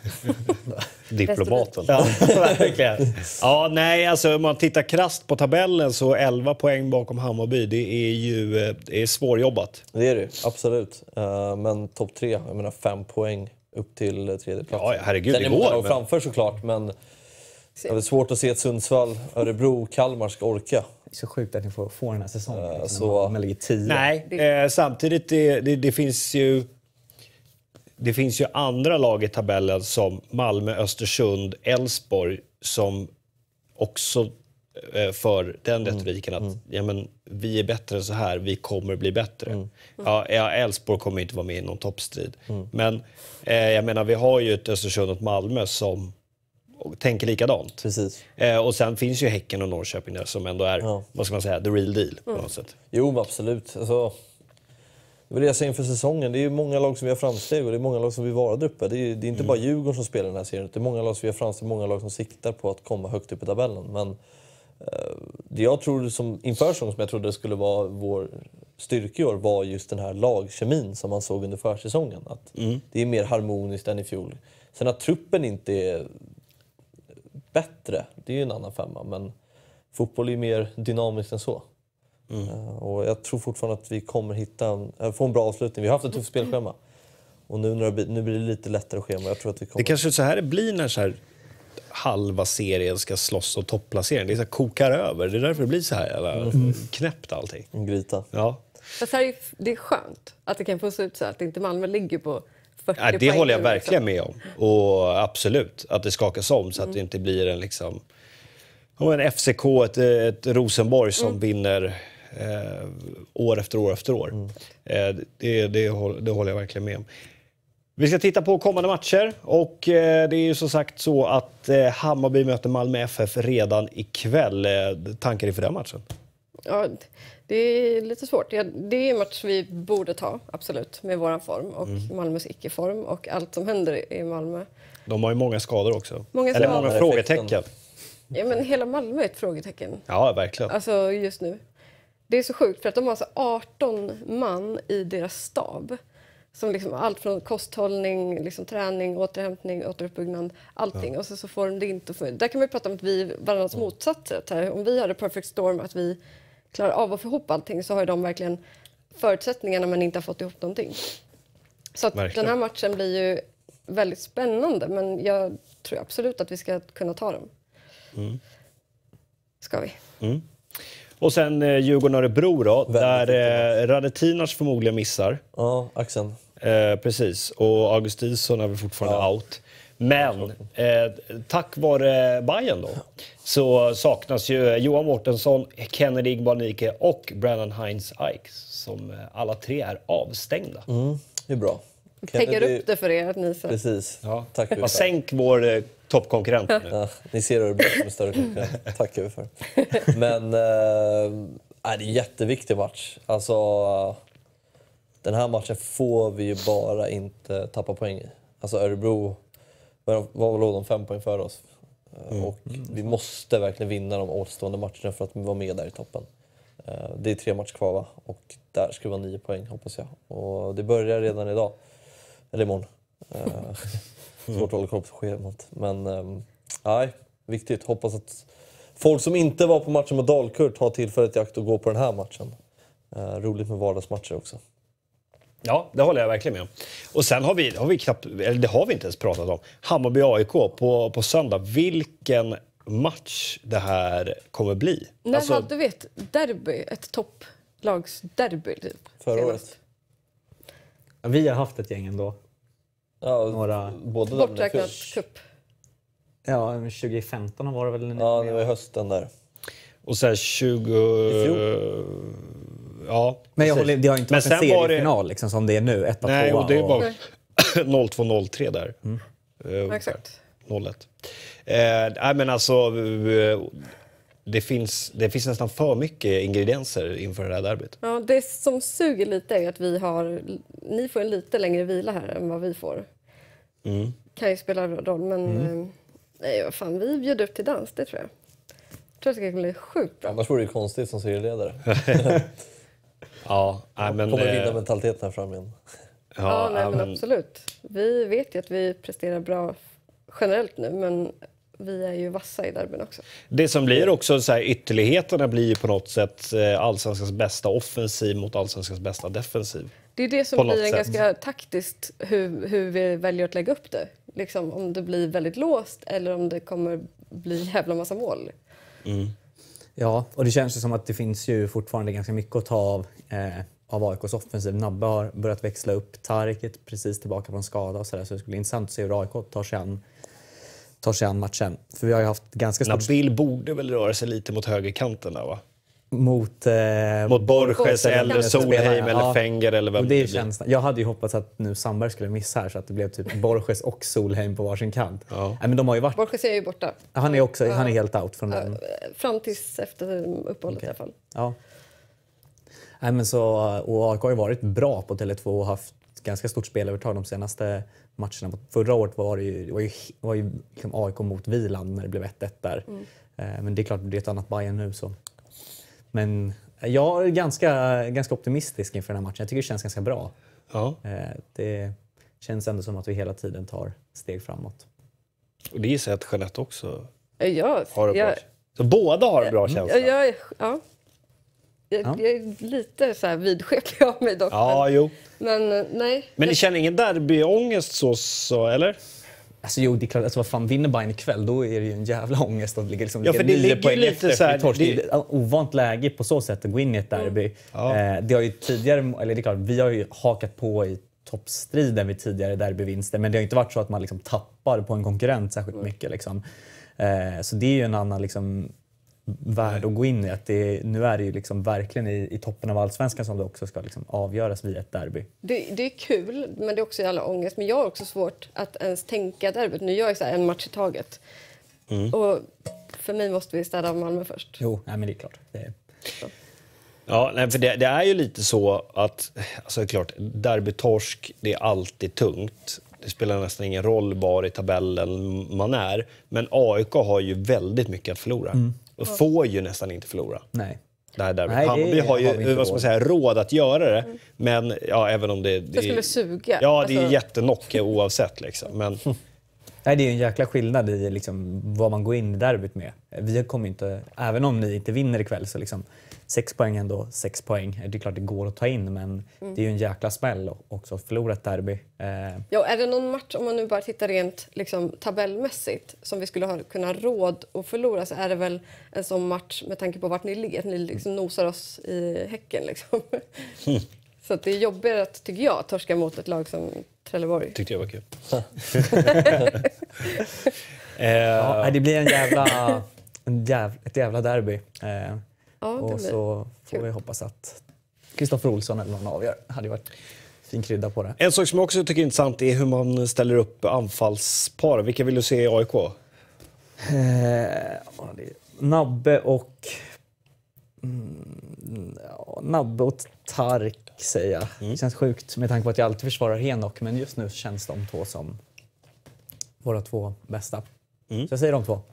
Diplomaten. Ja, verkligen. Ja, nej, alltså om man tittar krasst på tabellen så elva poäng bakom Hammarby. Det är ju det är svårjobbat. Det är det, absolut. Uh, men topp tre, jag menar fem poäng upp till tredje plats. Ja, herregud, den det är går. Men... framför såklart, men det är svårt att se att Sundsvall, Örebro, Kalmar ska orka. Det är så sjukt att ni får få den här säsongen. Uh, liksom, så... man ligger tio. Nej, eh, samtidigt det, det, det finns ju... Det finns ju andra lag i tabellen som Malmö, Östersund, Elfsborg som också eh, för den retoriken att mm. ja, men, vi är bättre än så här, vi kommer bli bättre. Mm. Ja, Elfsborg kommer inte vara med i någon toppstrid. Mm. Men eh, jag menar, vi har ju ett Östersund och ett Malmö som tänker likadant. Precis. Eh, och sen finns ju Häcken och Norrköping där som ändå är, ja. vad ska man säga, the real deal på något sätt. Jo, absolut. Alltså... Det var det jag säger inför säsongen. Det är många lag som vi har framsteg och det är många lag som vi varit uppe. Det är, det är inte mm. bara Djurgården som spelar den här serien. Det är många lag som vi har framsteg, många lag som siktar på att komma högt upp i tabellen. Men eh, det jag tror som inför säsongen som jag trodde skulle vara vår styrka i år var just den här lagkemin som man såg under försäsongen. Att mm. det är mer harmoniskt än i fjol. Sen att truppen inte är bättre, det är ju en annan femma. Men fotboll är mer dynamiskt än så. Mm. Uh, och jag tror fortfarande att vi kommer hitta en, uh, få en bra avslutning. Vi har haft ett tufft spelschema. Och nu, när det blir, nu blir det lite lättare schema. Jag tror att vi kommer... Det kanske är så här det blir när så här halva serien ska slåss och topplacering. Det är så här, kokar över. Det är därför det blir så här eller, mm. knäppt allting. En gryta. Ja. Fast här är, det är skönt att det kan få se ut så här, att inte Malmö ligger på fyrtio Ja, det poäng håller jag nu, verkligen liksom. med om. Och absolut, att det skakas om så att mm. det inte blir en liksom... En F C K, ett, ett Rosenborg som mm. vinner eh, år efter år efter år. Mm. Eh, det, det, det håller jag verkligen med om. Vi ska titta på kommande matcher och eh, det är ju som sagt så att eh, Hammarby möter Malmö F F redan ikväll. Eh, tankar inför den matchen? Ja, det är lite svårt. Ja, det är en match vi borde ta, absolut, med våran form och mm. Malmös icke-form och allt som händer i Malmö. De har ju många skador också. Många Eller många frågetecken. Ja, men hela Malmö är ett frågetecken. Ja, verkligen. Alltså just nu. Det är så sjukt för att de har alltså arton man i deras stab. Som liksom allt från kosthållning, liksom träning, återhämtning, återuppbyggnad, allting. Ja. Och så, så får de det inte för. Där kan vi prata om att vi varandras mm. motsatser. Här. Om vi hade perfect storm, att vi klarar av att få ihop allting, så har de verkligen förutsättningarna men inte har fått ihop någonting. Så att den här matchen blir ju väldigt spännande, men jag tror absolut att vi ska kunna ta dem. Mm. Ska vi. Mm. Och sen eh, Djurgården-Örebro då, väldigt där eh, Radetinac förmodligen missar. Ja, axeln. Eh, precis, och Augustinsson är väl fortfarande ja. out. Men eh, tack vare Bayern då så saknas ju Johan Mårtensson, Kennedy Igbanike och Brandon Hines Ikes som eh, alla tre är avstängda. Mm, det är bra. Kennedy... Tänker upp det för er att ni så. Precis. Ja. Tack för sänk vår eh, toppkonkurrent nu. Ja, ni ser Örebro som en större konkurrent. Tack för. Men eh, är det är en jätteviktig match. Alltså den här matchen får vi ju bara inte tappa poäng i. Alltså Örebro var låg de fem poäng för oss. Mm. Och vi måste verkligen vinna de återstående matcherna för att vara med där i toppen. Det är tre matcher kvar, va? Och där ska det vara nio poäng, hoppas jag. Och det börjar redan idag. Eller imorgon. Svårt att hålla koll på schemat. Men nej, viktigt. Hoppas att folk som inte var på matchen med Dalkurd har tillfället i akt att gå på den här matchen. Roligt med vardagsmatcher också. Ja, det håller jag verkligen med om. Och sen har vi, har vi knappt, eller det har vi inte ens pratat om. Hammarby A I K på, på söndag. Vilken match det här kommer bli. När alltså, hade vi ett derby, ett topplagsderby typ? Förra året. Ja, vi har haft ett gäng ändå. Ja, Några... både borträknat cup. Ja, tjugo femton var det väl? Ja, det var hösten där. Och sen tjugo... Ja, men jag håller, det har inte varit en seriefinal det... liksom, som det är nu. Ett, Nej, två, och det är och... bara noll två noll tre där. Mm. Uh, Exakt. noll ett. Eh, nej, men alltså... Uh, det, finns, det finns nästan för mycket ingredienser inför det här derbyt. Ja, det som suger lite är att vi har... Ni får en lite längre vila här än vad vi får. Mm. Kan ju spela roll, men... Mm. Nej, vad fan, vi bjuder upp till dans, det tror jag. Jag tror att det ska bli sjukt bra. Annars vore det konstigt som serieledare. Ja, nej, men... Kommer vinna mentaliteten här fram igen. Ja, ja nej, men, men absolut. Vi vet ju att vi presterar bra generellt nu, men vi är ju vassa i derbyn också. Det som blir också så här, ytterligheterna blir ju på något sätt allsvenskans bästa offensiv mot allsvenskans bästa defensiv. Det är det som blir en ganska taktiskt hur, hur vi väljer att lägga upp det. Liksom, om det blir väldigt låst eller om det kommer bli jävla massa mål. Mm. Ja, och det känns ju som att det finns ju fortfarande ganska mycket att ta av, eh, av A I K:s offensiv. Nabbe har börjat växla upp, Tarik är precis tillbaka från skada och sådär, så det skulle bli intressant att se hur A I K tar sig an, tar sig an matchen. För vi har ju haft ganska stort... Nabil borde väl röra sig lite mot högerkanten där, va? Mot, eh, mot Borges eller Solheim eller ja. Fenger eller vem det, det blir. känns, jag hade ju hoppats att nu Sandberg skulle missa här så att det blev typ Borges och Solheim på varsin kant. Ja. Nej, men de har ju varit... Borges är ju borta. Han är också ja. han är helt out från den. Fram tills efter uppehållet okay. i alla fall. Ja. Nej, men så, och A I K har ju varit bra på Tele två och haft ganska stort spelövertag de senaste matcherna. Förra året var det ju, det var ju, var ju liksom A I K mot Wieland när det blev ett ett där. Mm. Men det är klart det blir ett annat Bayern nu så. Men jag är ganska, ganska optimistisk inför den här matchen. Jag tycker det känns ganska bra. Ja. Det känns ändå som att vi hela tiden tar steg framåt. Och det gissar jag att Jeanette också ja, har det jag, bra. Så båda har en bra känsla? Ja, ja, ja. Jag, jag är lite så här vidskeplig av mig dock. Ja, men, jo. Men nej. Men ni känner ingen derbyångest så, så, eller? Alltså jo, det är klart, alltså, vad fan, vinner Bayern ikväll, då är det ju en jävla ångest att ligga liksom, Ja, för det nio ligger poäng lite efter. så här, Det, det... det- det är ett ovant läge på så sätt att gå in i ett derby. Mm. Ja. Eh, det har ju tidigare, eller det är klart, vi har ju hakat på i toppstriden vid tidigare derbyvinster, men det har inte varit så att man liksom tappar på en konkurrent särskilt Mm. mycket. Liksom. Eh, så det är ju en annan liksom, värld att gå in i. Att det, nu är det ju liksom verkligen i, i toppen av allsvenskan som det också ska liksom avgöras vid ett derby. Det, det är kul, men det är också jävla ångest. Men jag har också svårt att ens tänka derbyt. Nu gör jag så här en match i taget. Mm. Och för mig måste vi städa Malmö först. Jo, nej, men det är klart. Det är... Ja, nej, för det, det är ju lite så att, alltså det är klart, derbytorsk, det är alltid tungt. Det spelar nästan ingen roll var i tabellen man är. Men A I K har ju väldigt mycket att förlora. Mm. Och får ju nästan inte förlora. Nej. Det här derbyt. Nej, det Hammarby har har vi ju inte vad ska man råd. säga, råd att göra det. Men ja, även om det... Det skulle suga. Ja, det är ju Alltså- jättenocke oavsett. Liksom. Men, Nej, det är ju en jäkla skillnad i liksom vad man går in i derbyt med. Vi kommer inte, även om ni inte vinner ikväll så liksom sex poäng ändå, sex poäng. Det är klart det går att ta in, men Mm. det är ju en jäkla smäll att också förlora ett derby. Eh, Ja, är det någon match, om man nu bara tittar rent liksom, tabellmässigt, som vi skulle ha kunna råd att förlora, så är det väl en sån match med tanke på vart ni ligger. Att ni liksom nosar oss i häcken. Liksom. Mm. Så att det är jobbigare att, tycker jag, torska mot ett lag som Trelleborg. tyckte jag var kul. eh, ja, nej, det blir en jävla, en jävla, ett jävla derby. Eh, Ja, det och blir. så får Kul. vi hoppas att Kristoffer Olsson eller någon avgör. Det hade ju varit fin krydda på det. En sak som jag också tycker är intressant är hur man ställer upp anfallspar. Vilka vill du se i A I K? Eh, ja, det är Nabbe och... Mm, ja, Nabbe och Tark säger jag. Mm. Det känns sjukt med tanke på att jag alltid försvarar Henok, men just nu känns de två som våra två bästa. Mm. Så jag säger de två.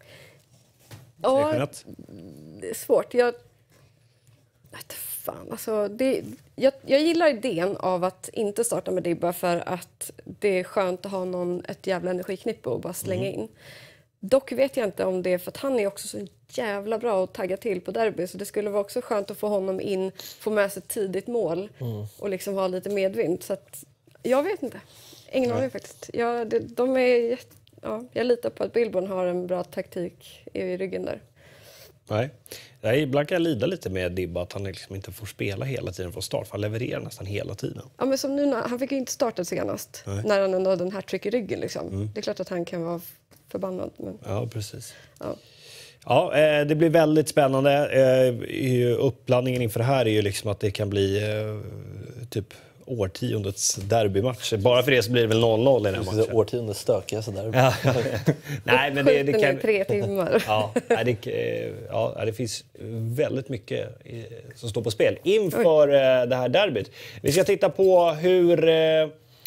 Ja, Jeanette? det är svårt. Jag... Vet fan, alltså, det... jag, jag gillar idén av att inte starta med Dibba för att det är skönt att ha någon, ett jävla energiknippe och bara slänga in. Dock vet jag inte om det är för att han är också så jävla bra att tagga till på derby. Så det skulle vara också skönt att få honom in, få med sig tidigt mål och liksom ha lite medvind. Så att, jag vet inte. Ingen aning faktiskt. Jag, det, de är, jätte- ja, jag litar på att Billborn har en bra taktik i ryggen där. Nej. Jag ibland kan jag lida lite med Dibba att han liksom inte får spela hela tiden från start. För han levererar nästan hela tiden. Ja, men som nu, när, han fick ju inte starta senast Nej. när han ändå hade en hattrick i ryggen. Liksom. Det är klart att han kan vara förbannad. Men, Ja, precis. ja. Ja, eh, det blir väldigt spännande. Eh, uppblandningen inför det här är ju liksom att det kan bli eh, typ årtiondets derbymatch. Bara för det så blir det väl noll noll i den här matchen. Årtiondets stökigaste där. Ja. Nej, men det, det Skjuten kan... i tre timmar. Ja, nej, det, eh, ja, det finns väldigt mycket eh, som står på spel inför eh, det här derbyt. Vi ska titta på hur eh,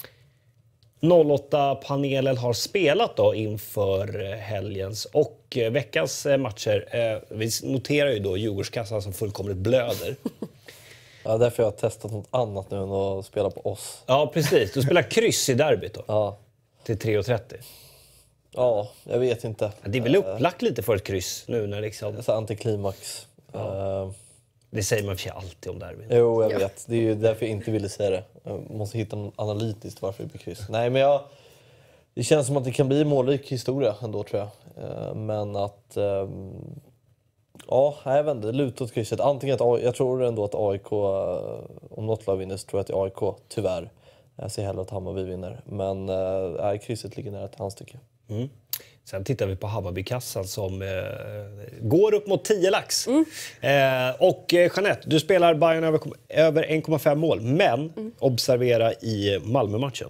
noll åtta-panelen har spelat då inför eh, helgens och eh, veckans eh, matcher. Eh, vi noterar ju då Djurgårdskassan som fullkomligt blöder. Ja, därför jag har testat något annat nu än att spela på oss. Ja, precis. Du spelar kryss i derbyt då, Ja, till tre trettio. ja jag vet inte. Det är väl upplagt lite för ett kryss nu när liksom... Så antiklimax. Eh, Det säger man för sig alltid om derbyt. jo, jag vet. Det är ju därför jag inte ville säga det. Jag måste hitta något analytiskt varför det blir kryss. Nej, men jag... Det känns som att det kan bli en målrik historia ändå, tror jag. Eh, men att... ehm, ja, jag vet inte. Det lutar åt krysset. Antingen att A- jag tror ändå att A I K... eh, om något lag vinner så tror jag att det är A I K, tyvärr. Jag ser hellre att Hammarby vinner. Men äh, krysset ligger nära till hans tycke. Mm. Sen tittar vi på Hammarbykassan som eh, går upp mot tio lax. Mm. Eh, och eh, Jeanette, du spelar Bayern över, över en komma fem mål. Men Mm. observera i Malmö-matchen.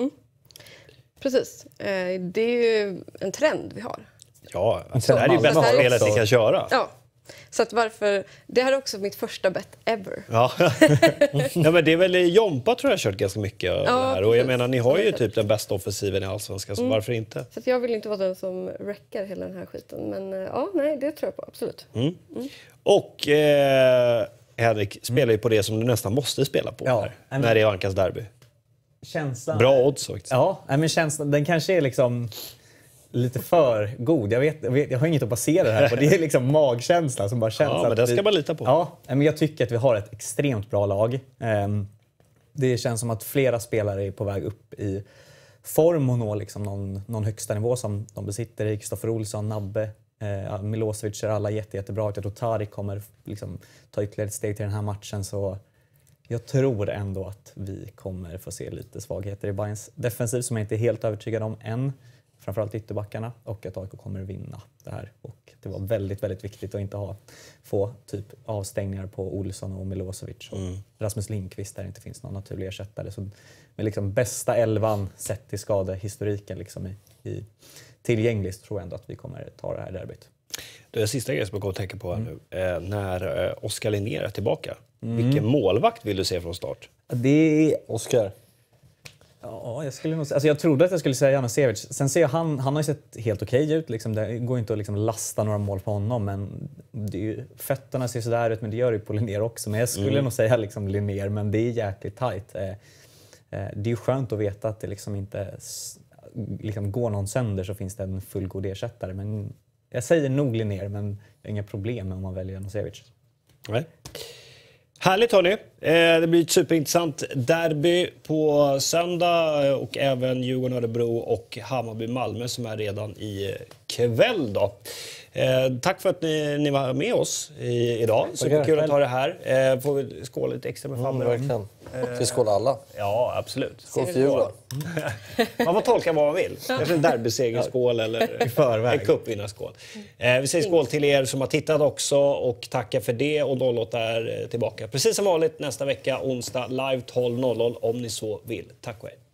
Precis. Eh, det är ju en trend vi har. Ja, alltså, det här är ju Malmö bästa har spelet också- ni kan köra. Ja. Så att varför... Det här är också mitt första bet ever. Ja. Ja, men det är väl Jompa tror jag har kört ganska mycket av Ja, det här. Och jag precis. menar, ni har ju typ den bästa offensiven i Allsvenskan, så varför inte? Så att jag vill inte vara den som wreckar hela den här skiten. Men eh, ja, nej, det tror jag på. Absolut. Mm. Och eh, Henrik spelar ju på det som du nästan måste spela på Ja. här, Men- när det är Ankas derby. Känslan... Bra odds faktiskt. Ja, nej, men känslan, den kanske är liksom... lite för god. Jag, vet, jag, vet, jag har inget att basera det här på. Det är liksom magkänslan som bara känns. Ja, men att det ska vi, man lita på. Ja, men jag tycker att vi har ett extremt bra lag. Det känns som att flera spelare är på väg upp i form och nå liksom någon, någon högsta nivå som de besitter. Kristoffer Olsson, Nabbe, eh, Milosevic är alla jätte, jättebra. Jag tror Tarik kommer liksom ta ytterligare ett steg till den här matchen. Så jag tror ändå att vi kommer få se lite svagheter i Bayerns defensiv som jag inte är helt övertygad om än. Framförallt ytterbackarna, och att A I K kommer vinna det här. Och det var väldigt, väldigt viktigt att inte ha få typ avstängningar på Olsson och Milosevic och mm. Rasmus Lindqvist där det inte finns någon naturlig ersättare. Så med liksom bästa elvan sett till skadehistoriken liksom i, i tillgängligt tror jag ändå att vi kommer ta det här derbyt. Det är sista grejen som jag går att tänka på här mm. nu. Eh, när eh, Oskar Linnér är tillbaka. Mm. Vilken målvakt vill du se från start? Det är... Oskar. Ja, jag skulle nog säga, alltså jag trodde att jag skulle säga Janosevic. Sen ser jag han han har ju sett helt okej ut liksom. Det går inte att liksom lasta några mål på honom, men det är ju, fötterna ser så där ut, men det gör ju på Linnér också. Men jag skulle mm. nog säga liksom Linnér, men det är jäkligt tajt. Eh, eh, det är ju skönt att veta att det liksom inte liksom går någon sönder så finns det en fullgod ersättare, men jag säger nog Linnér, men jag har inga problem med om man väljer Janosevic. Nej. Härligt hörni. Det blir ett superintressant derby på söndag och även Djurgården-Örebro och Hammarby-Malmö som är redan i kväll då. Eh, tack för att ni, ni var med oss i, idag. Superkul att ha det här. Eh, får vi skåla lite extra med Fabbe? Mm, verkligen. Ska vi skåla alla? Ja, absolut. Skål för Djurgården. Man får tolka vad man vill. Kanske en derbysegerskål eller i förväg. En cupvinnarskål. Eh, vi säger skål till er som har tittat också och tackar för det. Och noll åtta är tillbaka precis som vanligt nästa vecka, onsdag, live tolv noll noll om ni så vill. Tack och hej.